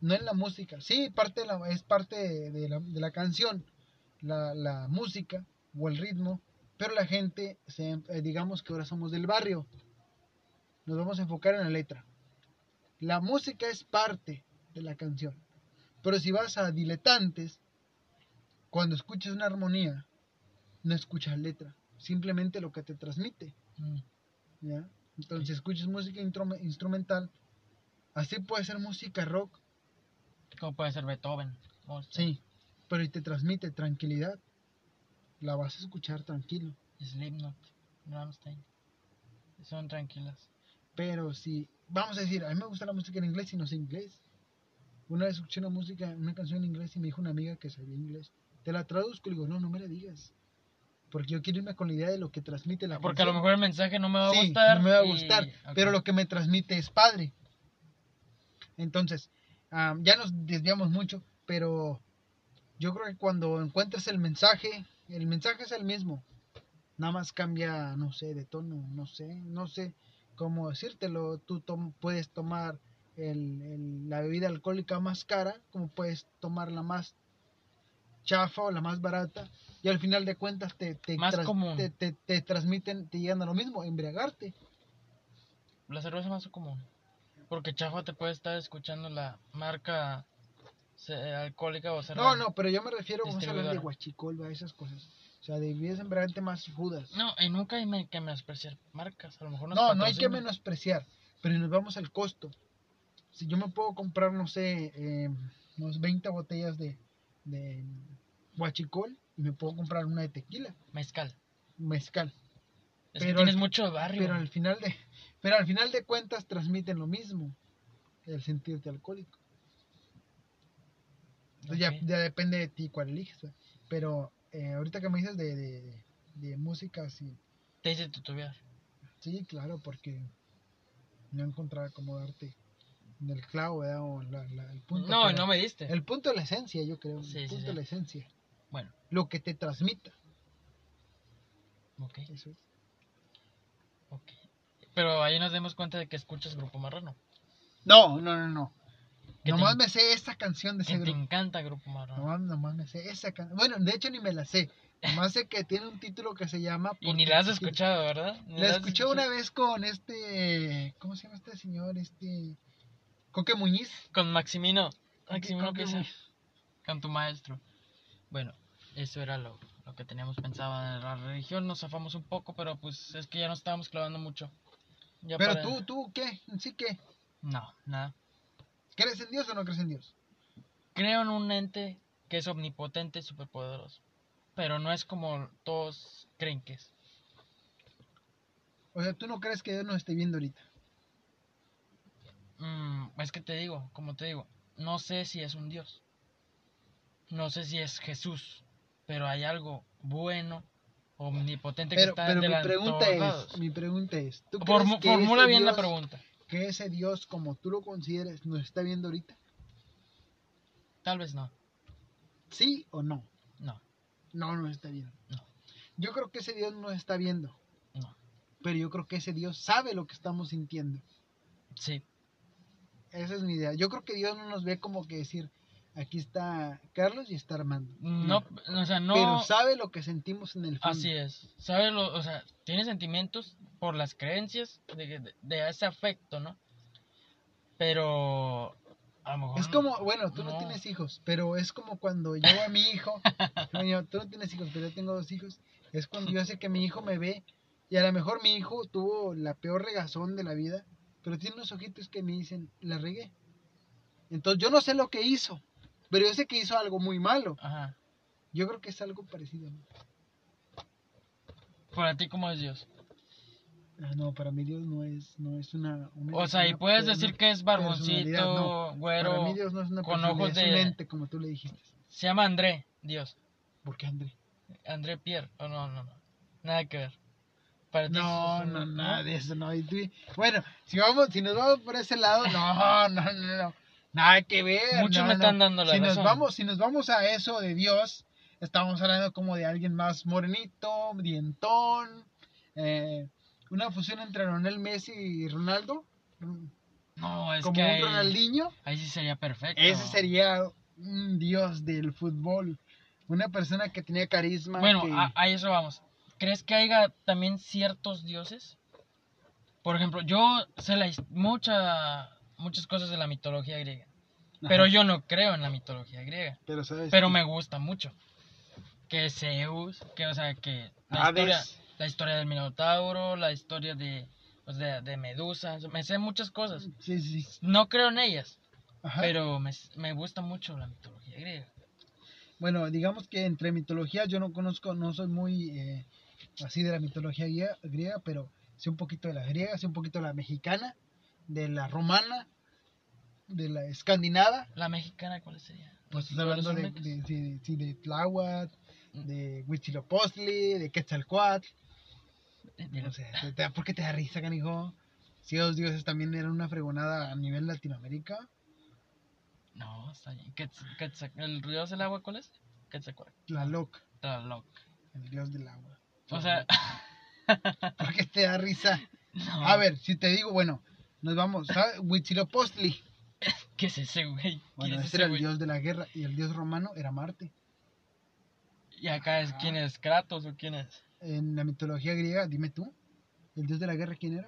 Speaker 1: no en la música. Sí, parte de la, es parte de la, de la canción, la, la música o el ritmo, pero la gente, se, eh, digamos que ahora somos del barrio, nos vamos a enfocar en la letra. La música es parte de la canción, pero si vas a diletantes, cuando escuchas una armonía, no escuchas letra, simplemente lo que te transmite.
Speaker 2: Mm.
Speaker 1: ¿Ya? Entonces sí. Escuchas música instrumental, así puede ser música rock.
Speaker 2: Como puede ser Beethoven. Mozart.
Speaker 1: Sí, pero y te transmite tranquilidad, la vas a escuchar tranquilo.
Speaker 2: Slipknot, Rammstein, son tranquilas.
Speaker 1: Pero si, vamos a decir, a mí me gusta la música en inglés y no sé inglés. Una vez escuché una música, una canción en inglés y me dijo una amiga que sabía inglés. Te la traduzco, le digo, no, no me la digas. Porque yo quiero irme con la idea de lo que transmite la
Speaker 2: Porque
Speaker 1: canción.
Speaker 2: a lo mejor el mensaje no me va a
Speaker 1: sí,
Speaker 2: gustar.
Speaker 1: no me va a
Speaker 2: y...
Speaker 1: gustar,
Speaker 2: okay.
Speaker 1: Pero lo que me transmite es padre. Entonces, um, ya nos desviamos mucho, pero yo creo que cuando encuentras el mensaje, el mensaje es el mismo. Nada más cambia, no sé, de tono, no sé, no sé cómo decírtelo. Tú tom puedes tomar el, el, la bebida alcohólica más cara, como puedes tomar la más chafa o la más barata, y al final de cuentas te, te,
Speaker 2: más
Speaker 1: tras,
Speaker 2: común.
Speaker 1: Te, te, te transmiten, te llegan a lo mismo, embriagarte.
Speaker 2: La cerveza más común, porque chafa te puede estar escuchando la marca alcohólica o cerveza.
Speaker 1: No, no, pero yo me refiero, vamos a hablar de huachicol, a esas cosas. O sea, de bebidas embriagantes más rudas.
Speaker 2: No, y nunca hay me, que menospreciar marcas. A lo mejor
Speaker 1: no, patrocinan. No hay que menospreciar, pero nos vamos al costo. Si yo me puedo comprar, no sé, eh, unos veinte botellas de, de huachicol y me puedo comprar una de tequila.
Speaker 2: Mezcal.
Speaker 1: Mezcal.
Speaker 2: Es pero que tienes al, mucho barrio.
Speaker 1: Pero al final de, pero al final de cuentas transmiten lo mismo, el sentirte alcohólico. Okay. Ya, ya depende de ti cuál eliges. Pero eh, ahorita que me dices de, de, de música, sí.
Speaker 2: Te hice tutorial.
Speaker 1: Sí, claro, porque no encontraba cómo darte en el clavo, ¿verdad? O la, la, el punto.
Speaker 2: No, no me diste.
Speaker 1: El punto de la esencia, yo creo.
Speaker 2: Sí,
Speaker 1: el punto
Speaker 2: sí, sí.
Speaker 1: de la esencia.
Speaker 2: Bueno.
Speaker 1: Lo que te transmita.
Speaker 2: Ok.
Speaker 1: Eso es.
Speaker 2: Ok. Pero ahí nos demos cuenta de que escuchas Grupo Marrano.
Speaker 1: No, no, no, no. Nomás
Speaker 2: te,
Speaker 1: me sé esa canción de ese
Speaker 2: grupo.
Speaker 1: grupo.
Speaker 2: Te encanta Grupo Marrano.
Speaker 1: Nomás, nomás me sé esa canción. Bueno, de hecho ni me la sé. Nomás sé que tiene un título que se llama...
Speaker 2: Y ni la has escuchado, ¿verdad?
Speaker 1: La escuché una vez con este... ¿Cómo se llama este señor? Este... Coque Muñiz.
Speaker 2: Con Maximino. Maximino que sea. Con tu maestro. Bueno, eso era lo, lo que teníamos pensado de la religión. Nos zafamos un poco, pero pues es que ya nos estábamos clavando mucho.
Speaker 1: Ya pero para... tú, tú, ¿qué? ¿Sí qué?
Speaker 2: No, nada.
Speaker 1: ¿Crees en Dios o no crees en Dios?
Speaker 2: Creo en un ente que es omnipotente y superpoderoso. Pero no es como todos creen que es.
Speaker 1: O sea, ¿tú no crees que Dios nos esté viendo ahorita?
Speaker 2: Mm, es que te digo, como te digo, no sé si es un Dios. No sé si es Jesús. Pero hay algo bueno, omnipotente
Speaker 1: pero,
Speaker 2: que está
Speaker 1: pero
Speaker 2: de
Speaker 1: mi pregunta es,
Speaker 2: lados.
Speaker 1: mi pregunta es, ¿tú
Speaker 2: Por,
Speaker 1: crees que
Speaker 2: formula bien
Speaker 1: Dios,
Speaker 2: la pregunta.
Speaker 1: Que ese Dios, como tú lo consideres, nos está viendo ahorita?
Speaker 2: Tal vez no.
Speaker 1: ¿Sí o no?
Speaker 2: No.
Speaker 1: No nos está viendo.
Speaker 2: No.
Speaker 1: Yo creo que ese Dios nos está viendo.
Speaker 2: No.
Speaker 1: Pero yo creo que ese Dios sabe lo que estamos sintiendo.
Speaker 2: Sí.
Speaker 1: Esa es mi idea. Yo creo que Dios no nos ve como que decir, aquí está Carlos y está Armando.
Speaker 2: No, no, o sea, no.
Speaker 1: Pero sabe lo que sentimos en el fondo.
Speaker 2: Así es. Sabe lo, o sea, tiene sentimientos por las creencias de, de, de ese afecto, ¿no? Pero a lo mejor
Speaker 1: es como, bueno, tú no.
Speaker 2: no
Speaker 1: tienes hijos, pero es como cuando yo a mi hijo, yo, tú no tienes hijos, pero yo tengo dos hijos, es cuando yo sé que mi hijo me ve y a lo mejor mi hijo tuvo la peor regazón de la vida, pero tiene unos ojitos que me dicen, la regué. Entonces yo no sé lo que hizo, pero yo sé que hizo algo muy malo.
Speaker 2: Ajá.
Speaker 1: Yo creo que es algo parecido, ¿no?
Speaker 2: Para ti, ¿cómo es Dios?
Speaker 1: Ah, no, para mí Dios no es, no es una, una
Speaker 2: O sea, y puedes decir que es barboncito,
Speaker 1: no.
Speaker 2: güero,
Speaker 1: para mí Dios no es una
Speaker 2: con ojos de...
Speaker 1: es un ente, como tú le dijiste.
Speaker 2: Se llama André, Dios.
Speaker 1: ¿Por qué André?
Speaker 2: André Pierre, oh, no, no, no, nada que ver. Para ti
Speaker 1: no,
Speaker 2: es un...
Speaker 1: no, nada de eso, no. Bueno, si vamos, si nos vamos por ese lado, no, no, no, no. Nada que ver.
Speaker 2: Muchos
Speaker 1: no,
Speaker 2: me
Speaker 1: no.
Speaker 2: están dando la
Speaker 1: si
Speaker 2: razón.
Speaker 1: Nos vamos, si nos vamos a eso de Dios, estamos hablando como de alguien más morenito, dientón, eh, una fusión entre Lionel Messi y Ronaldo.
Speaker 2: No, es
Speaker 1: como
Speaker 2: que
Speaker 1: un
Speaker 2: ahí,
Speaker 1: Ronaldinho,
Speaker 2: ahí sí sería perfecto.
Speaker 1: ese sería un dios del fútbol. Una persona que tenía carisma.
Speaker 2: Bueno,
Speaker 1: que...
Speaker 2: a, a eso vamos. ¿Crees que haya también ciertos dioses? Por ejemplo, yo sé la, his- mucha, muchas cosas de la mitología griega.
Speaker 1: Ajá.
Speaker 2: Pero yo no creo en la mitología griega.
Speaker 1: Pero, ¿sabes
Speaker 2: Pero
Speaker 1: qué?
Speaker 2: me gusta mucho. Que Zeus, que o sea, que la
Speaker 1: Hades.
Speaker 2: historia, la historia del Minotauro, la historia de, o sea, de Medusa, me sé muchas cosas.
Speaker 1: Sí, sí.
Speaker 2: No creo en ellas,
Speaker 1: Ajá.
Speaker 2: pero me, me gusta mucho la mitología griega.
Speaker 1: Bueno, digamos que entre mitologías yo no conozco, no soy muy eh, así de la mitología griega, griega, pero sé un poquito de la griega, sé un poquito de la mexicana, de la romana, de la escandinava.
Speaker 2: ¿La mexicana cuál sería?
Speaker 1: Pues
Speaker 2: ¿Los,
Speaker 1: estás
Speaker 2: los
Speaker 1: hablando de,
Speaker 2: Olmecas?
Speaker 1: de, de, de, de Tláhuac, de Huitzilopochtli, de Quetzalcóatl.
Speaker 2: De- de-
Speaker 1: O sea, te- te- ¿por qué te da risa, canijo? Si los dioses también eran una fregonada a nivel Latinoamérica.
Speaker 2: No, está bien. Quetz- Quetzac- ¿El dios del agua cuál es? Quetzalcóatl.
Speaker 1: Tlaloc,
Speaker 2: Tlaloc.
Speaker 1: el dios del agua.
Speaker 2: O sea,
Speaker 1: ¿Por qué te da risa?
Speaker 2: no.
Speaker 1: A ver, si te digo, bueno, nos vamos, ¿sabes? Huitzilopochtli.
Speaker 2: ¿Qué es ese güey?
Speaker 1: Bueno,
Speaker 2: ¿Quién es
Speaker 1: ese
Speaker 2: ese
Speaker 1: era el
Speaker 2: güey?
Speaker 1: dios de la guerra y el dios romano era Marte.
Speaker 2: ¿Y acá es quién es? ¿Kratos o quién es?
Speaker 1: En la mitología griega, dime tú, el dios de la guerra, ¿quién era?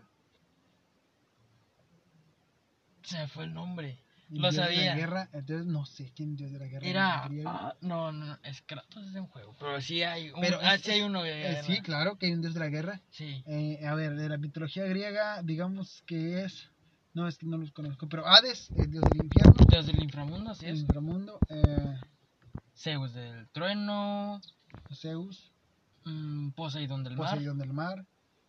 Speaker 2: Se me fue el nombre.
Speaker 1: El
Speaker 2: Lo
Speaker 1: dios de la
Speaker 2: sabía.
Speaker 1: guerra, entonces no sé quién es el dios de la guerra
Speaker 2: Era.
Speaker 1: griego.
Speaker 2: Ah, no, no, es Kratos es un juego. Pero sí hay un.
Speaker 1: Pero
Speaker 2: ah,
Speaker 1: es-
Speaker 2: sí hay
Speaker 1: es-
Speaker 2: uno de
Speaker 1: eh,
Speaker 2: guerra.
Speaker 1: sí, claro que hay un dios de la guerra.
Speaker 2: Sí.
Speaker 1: Eh, a ver, de la mitología griega, digamos que es. No, es que no los conozco, pero Hades, el dios del infierno,
Speaker 2: Desde el inframundo, así
Speaker 1: el
Speaker 2: es.
Speaker 1: inframundo, eh,
Speaker 2: Zeus del trueno.
Speaker 1: Zeus,
Speaker 2: mm, Poseidón del mar.
Speaker 1: Poseidón del mar,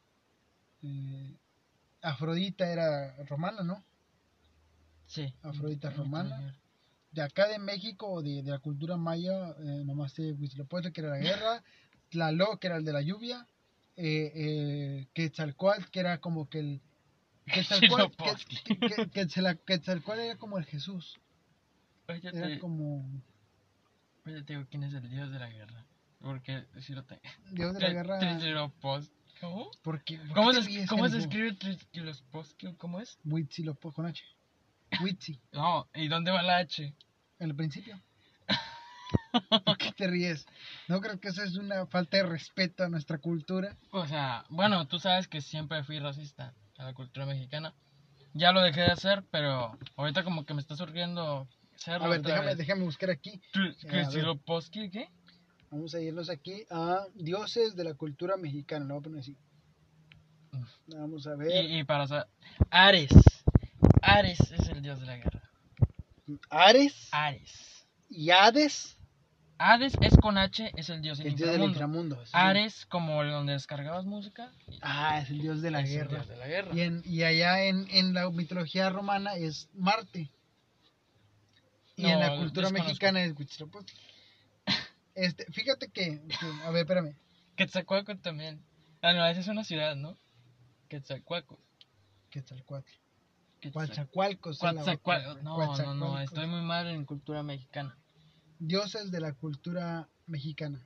Speaker 1: eh, Afrodita era romana, ¿no?
Speaker 2: Sí.
Speaker 1: Afrodita
Speaker 2: Mm,
Speaker 1: romana.
Speaker 2: mitología.
Speaker 1: De acá de México, o de, de la cultura maya, eh, nomás sé Huitzilopochtli, que era la guerra, Tlaloc, que era el de la lluvia, eh, eh, Quetzalcóatl, que era como que el. Quetzalcóatl, que,
Speaker 2: Huitzilopochtli.
Speaker 1: que, que- Quetzala- Quetzalcóatl era como el Jesús,
Speaker 2: Oye,
Speaker 1: era
Speaker 2: te,
Speaker 1: como
Speaker 2: oye, te digo, ¿quién es el dios de la guerra? Porque si lo tengo.
Speaker 1: Dios de la guerra.
Speaker 2: Triceratops. ¿Cómo?
Speaker 1: Porque, ¿por
Speaker 2: ¿Cómo
Speaker 1: qué te
Speaker 2: se,
Speaker 1: ríes,
Speaker 2: ¿cómo se
Speaker 1: canijo?
Speaker 2: escribe Triceratops? ¿Cómo es?
Speaker 1: Huitzilopochtli, con H. Huitzi,
Speaker 2: No, ¿y dónde va la H?
Speaker 1: en el principio. ¿Por qué te ríes? ¿No creo que eso es una falta de respeto a nuestra cultura?
Speaker 2: O sea, bueno, tú sabes que siempre fui racista a la cultura mexicana. Ya lo dejé de hacer, pero ahorita como que me está surgiendo hacerlo
Speaker 1: A ver,
Speaker 2: otra
Speaker 1: déjame,
Speaker 2: vez.
Speaker 1: déjame buscar aquí.
Speaker 2: Tri-
Speaker 1: Eh, a ver.
Speaker 2: Triceratops, ¿qué?
Speaker 1: Vamos a irnos aquí a dioses de la cultura mexicana. Lo voy a poner así. Vamos a ver.
Speaker 2: Y, y para saber, Ares. Ares es el dios de la guerra.
Speaker 1: Ares
Speaker 2: Ares.
Speaker 1: y Hades,
Speaker 2: Hades es con H, es el dios del
Speaker 1: el dios del
Speaker 2: inframundo.
Speaker 1: inframundo. Sí.
Speaker 2: Ares, como el donde descargabas música.
Speaker 1: Ah, es el dios de la
Speaker 2: es el
Speaker 1: guerra.
Speaker 2: dios de la guerra.
Speaker 1: Y, en, y allá en, en la mitología romana es Marte. Y
Speaker 2: No,
Speaker 1: en la cultura
Speaker 2: desconozco.
Speaker 1: mexicana es Huitzilopochtli. Este, fíjate que, que- a ver, espérame.
Speaker 2: Quetzalcóatl también. Ah, no, esa es una ciudad, ¿no? Quetzalcóatl.
Speaker 1: Quetzalcóatl.
Speaker 2: Quetzal-
Speaker 1: Coatzacoalcos. es la
Speaker 2: Coatzacoalcos.
Speaker 1: otra,
Speaker 2: No, no, no,
Speaker 1: Coatzacoalcos.
Speaker 2: estoy muy mal en cultura mexicana.
Speaker 1: Dioses de la cultura mexicana.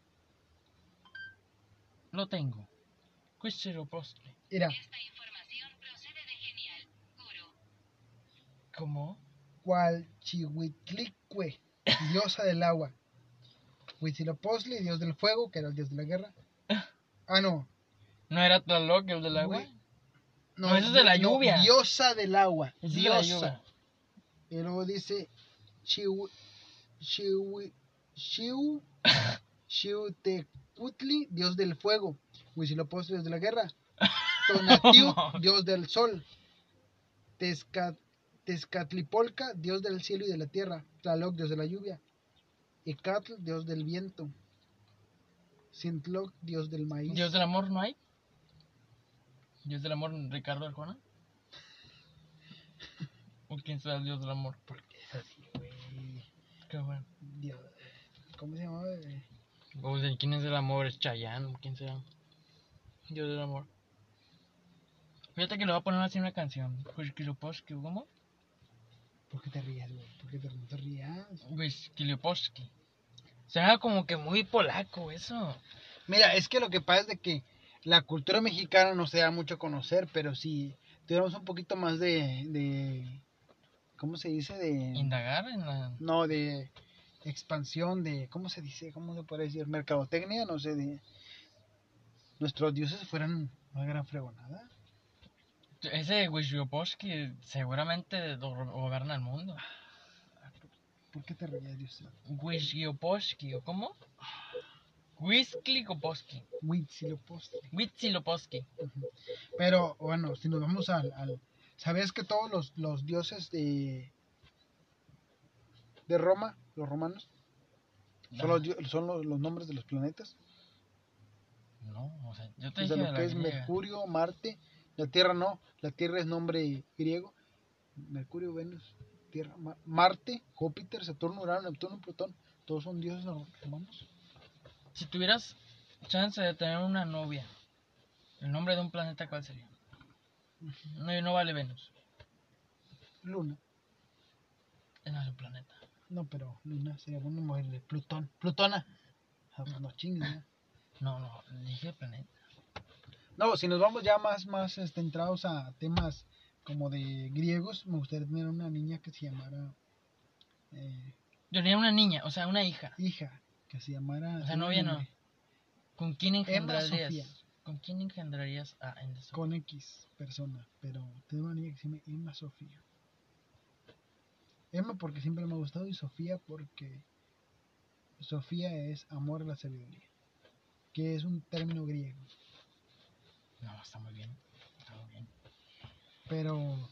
Speaker 2: Lo tengo. Huitzilopochtli.
Speaker 1: Mira,
Speaker 3: Esta información procede de Genial. Guru.
Speaker 2: ¿Cómo?
Speaker 1: Cualchihuitlicue, diosa del agua. Huitzilopochtli, dios del fuego, que era el dios de la guerra. Ah, no.
Speaker 2: ¿No era Tlaloc el del agua?
Speaker 1: Hui-
Speaker 2: No, eso es de la lluvia.
Speaker 1: Diosa del agua.
Speaker 2: Esa es de la
Speaker 1: Diosa.
Speaker 2: lluvia.
Speaker 1: Y luego dice Chihu, Chihu, Chihu, Xiuhtecutli, dios del fuego. Huitzilopochtli, dios de la guerra. Tonatiuh, dios del sol. Tezcat, Tezcatlipolca, dios del cielo y de la tierra. Tlaloc, dios de la lluvia. Ecatl, dios del viento. Cintloc, dios del maíz.
Speaker 2: ¿Dios del amor no hay? ¿Dios del amor Ricardo Arjona? ¿O quién será el dios del amor?
Speaker 1: Porque es así, güey.
Speaker 2: Qué bueno.
Speaker 1: Dios. ¿Cómo se llamaba? Eh,
Speaker 2: O sea, ¿quién es el amor? ¿Es Chayanne? ¿O quién será? Dios del amor. Fíjate que le voy a poner así una canción. Huitzilopochtli, ¿cómo?
Speaker 1: ¿Por qué te rías, güey? ¿Por qué te, no te rías?
Speaker 2: Huitzilopochtli. Suena como que muy polaco eso.
Speaker 1: Mira, es que lo que pasa es de que la cultura mexicana no se da mucho a conocer, pero si tuviéramos un poquito más de, de ¿cómo se dice? De
Speaker 2: Indagar en la...
Speaker 1: no, de expansión, de ¿cómo se dice? ¿Cómo se puede decir? Mercadotecnia, no sé, de nuestros dioses fueran una gran fregonada.
Speaker 2: Ese Wishiopowski seguramente do- gobierna el mundo.
Speaker 1: ¿Por qué te reías, Dios?
Speaker 2: Wishiopowski, ¿o cómo? Wisklikoposki.
Speaker 1: Huitzilopochtli.
Speaker 2: Huitzilopochtli.
Speaker 1: Ujú. Pero bueno, si nos vamos al, al ¿sabías que todos los, los dioses de de Roma, los romanos, son, los, dio- son los, los nombres de los planetas?
Speaker 2: No, o sea, yo te
Speaker 1: O sea,
Speaker 2: dije
Speaker 1: lo
Speaker 2: de la
Speaker 1: que es
Speaker 2: griega.
Speaker 1: Mercurio, Marte, la Tierra no, la Tierra es nombre griego. Mercurio, Venus, Tierra, Ma- Marte, Júpiter, Saturno, Urano, Neptuno, Plutón, todos son dioses romanos.
Speaker 2: Si tuvieras chance de tener una novia, ¿el nombre de un planeta cuál sería? No, no vale Venus.
Speaker 1: Luna,
Speaker 2: No es un planeta.
Speaker 1: no, pero Luna sería bueno moverle. Plutón, Plutona. Ah, pues no chingues, ¿no?
Speaker 2: No, no, dije planeta.
Speaker 1: No, si nos vamos ya más, más este, centrados a temas como de griegos, me gustaría tener una niña que se llamara eh,
Speaker 2: Yo tenía una niña, o sea, una hija.
Speaker 1: hija, que se llamara...
Speaker 2: O sea,
Speaker 1: tiene un
Speaker 2: novia no.
Speaker 1: nombre,
Speaker 2: ¿Con quién
Speaker 1: Emma
Speaker 2: engendrarías?
Speaker 1: Sofía,
Speaker 2: ¿Con quién engendrarías a Ender Sofía?
Speaker 1: con X persona, pero tengo una niña que se llama Emma Sofía. Emma porque siempre me ha gustado y Sofía porque Sofía es amor a la sabiduría, que es un término griego.
Speaker 2: No, está muy bien. Está muy bien.
Speaker 1: Pero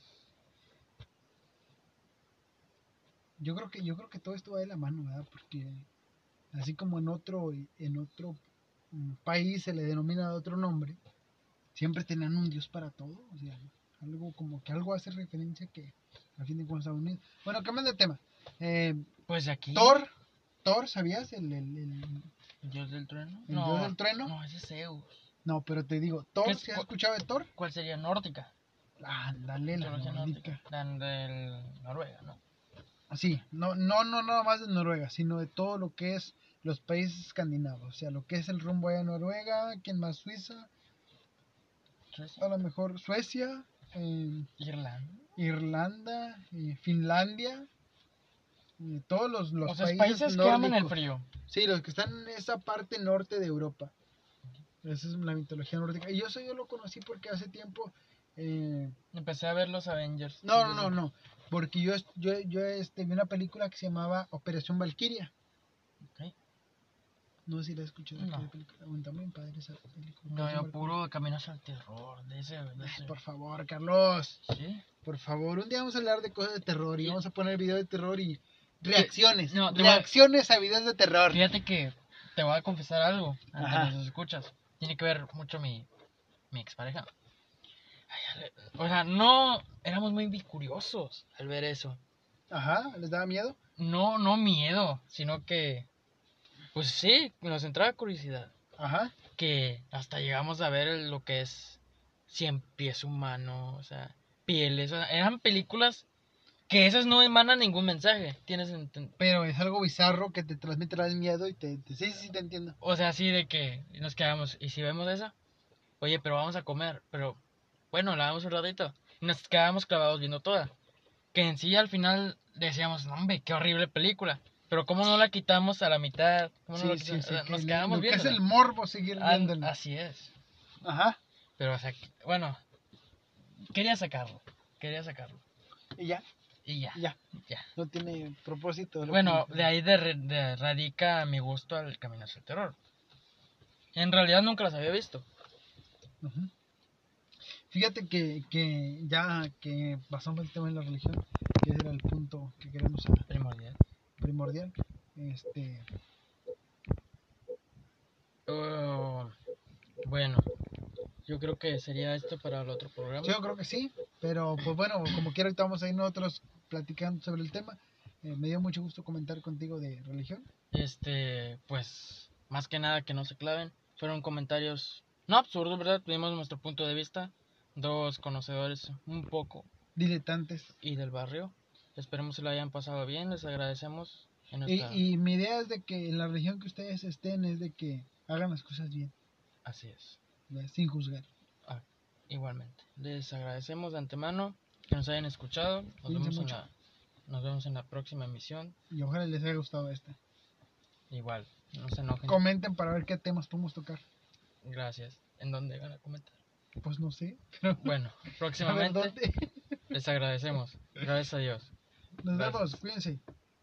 Speaker 1: yo creo que yo creo que todo esto va de la mano, ¿verdad? Porque así como en otro en otro mm, país se le denomina de otro nombre, siempre tenían un dios para todo, o sea, algo como que algo hace referencia que a fin de cuentas Estados Unidos. Bueno, cambiando de tema. Eh,
Speaker 2: Pues aquí.
Speaker 1: Thor, Thor, ¿sabías? El, el, el,
Speaker 2: ¿Dios del trueno?
Speaker 1: el
Speaker 2: no,
Speaker 1: dios del trueno.
Speaker 2: No, ese es Zeus.
Speaker 1: No, pero te digo,
Speaker 2: ¿Qué
Speaker 1: Thor,
Speaker 2: es-
Speaker 1: ¿se has
Speaker 2: cu-
Speaker 1: escuchado de Thor?
Speaker 2: ¿Cuál sería? Nórdica.
Speaker 1: Ándale, la
Speaker 2: Mitología
Speaker 1: nórdica.
Speaker 2: La del Noruega, ¿no?
Speaker 1: Sí, no, no, no nada más de Noruega, sino de todo lo que es los países escandinavos, o sea, lo que es el rumbo de Noruega, ¿quién más? Suiza,
Speaker 2: Suecia.
Speaker 1: a lo mejor Suecia, eh,
Speaker 2: Irlanda.
Speaker 1: Irlanda, eh, Finlandia, eh, todos los, los
Speaker 2: O sea,
Speaker 1: países,
Speaker 2: países que aman el
Speaker 1: nórdicos.
Speaker 2: frío.
Speaker 1: Sí, los que están en esa parte norte de Europa. Esa es la mitología nórdica. Y yo eso yo lo conocí porque hace tiempo... eh,
Speaker 2: Empecé a ver los Avengers.
Speaker 1: no, no, no, no. Porque yo, yo, yo este, vi una película que se llamaba Operación Valquiria.
Speaker 2: Ok.
Speaker 1: No sé si la has escuchado.
Speaker 2: No.
Speaker 1: aquella película. Bueno, también padre esa película.
Speaker 2: No,
Speaker 1: Operación
Speaker 2: yo
Speaker 1: Valquiria.
Speaker 2: puro Caminos al Terror. De ese, de
Speaker 1: Ay,
Speaker 2: ese.
Speaker 1: por favor, Carlos.
Speaker 2: ¿Sí?
Speaker 1: Por favor, un día vamos a hablar de cosas de terror y
Speaker 2: Y-
Speaker 1: vamos a poner video de terror y reacciones.
Speaker 2: No, te voy a-
Speaker 1: reacciones a videos de terror.
Speaker 2: Fíjate que te voy a confesar algo.
Speaker 1: Ajá.
Speaker 2: Antes nos escuchas. Tiene que ver mucho mi, mi expareja. Ay, ale- O sea, no éramos muy bicuriosos al ver eso.
Speaker 1: Ajá, ¿les daba miedo?
Speaker 2: No, no miedo, sino que, pues sí, nos entraba curiosidad.
Speaker 1: Ajá.
Speaker 2: Que hasta llegamos a ver el- lo que es cien pies humano, o sea, pieles. O sea, eran películas que esas no emanan ningún mensaje. Tienes, enten-
Speaker 1: Pero es algo bizarro que te transmite el miedo y te, te- Sí, sí, te entiendo.
Speaker 2: o sea, así de que nos quedamos. ¿Y si vemos esa? Oye, pero vamos a comer. Pero bueno, la vemos un ratito. Y nos quedamos clavados viendo toda. Que en sí al final decíamos, no, hombre, qué horrible película. Pero ¿cómo no la quitamos a la mitad? ¿Cómo no
Speaker 1: Sí,
Speaker 2: la
Speaker 1: sí,
Speaker 2: quitamos?
Speaker 1: sí.
Speaker 2: O sea,
Speaker 1: Que
Speaker 2: nos
Speaker 1: le-
Speaker 2: quedamos
Speaker 1: lo que es
Speaker 2: viendo.
Speaker 1: el morbo seguir viéndolo.
Speaker 2: Así es.
Speaker 1: Ajá.
Speaker 2: Pero, o sea, que- bueno, quería sacarlo. Quería sacarlo.
Speaker 1: Y ya,
Speaker 2: Y ya.
Speaker 1: ya.
Speaker 2: Ya.
Speaker 1: No tiene propósito. lo
Speaker 2: Bueno,
Speaker 1: que-
Speaker 2: de ahí de, de- radica mi gusto al Camino hacia el Terror. En realidad nunca las había visto.
Speaker 1: Ujú. Fíjate que, que ya que pasamos el tema de la religión, que ese era el punto que queremos a-
Speaker 2: Primordial.
Speaker 1: primordial, este,
Speaker 2: Oh, bueno, yo creo que sería esto para el otro programa.
Speaker 1: yo creo que sí, pero pues bueno, como quiera ahorita vamos a ir nosotros platicando sobre el tema. Eh, me dio mucho gusto comentar contigo de religión.
Speaker 2: Este, pues, más que nada que no se claven. Fueron comentarios no absurdos, ¿verdad? Tuvimos nuestro punto de vista. Dos conocedores un poco
Speaker 1: Diletantes.
Speaker 2: y del barrio. Esperemos se lo hayan pasado bien. Les agradecemos. En
Speaker 1: Y,
Speaker 2: nuestra...
Speaker 1: y mi idea es de que en la religión que ustedes estén es de que hagan las cosas bien,
Speaker 2: Así es.
Speaker 1: ¿verdad? Sin juzgar.
Speaker 2: Ah, Igualmente. Les agradecemos de antemano que nos hayan escuchado. Nos
Speaker 1: Cuídense
Speaker 2: vemos en
Speaker 1: mucho.
Speaker 2: la, nos vemos en la próxima emisión.
Speaker 1: Y ojalá les haya gustado esta.
Speaker 2: Igual, no se enojen.
Speaker 1: Comenten para ver qué temas podemos tocar.
Speaker 2: Gracias. ¿En dónde van a comentar?
Speaker 1: Pues no sé. Pero
Speaker 2: Bueno,
Speaker 1: a ver
Speaker 2: próximamente
Speaker 1: dónde.
Speaker 2: les agradecemos. Gracias a Dios.
Speaker 1: Nos
Speaker 2: Gracias.
Speaker 1: vemos. Cuídense.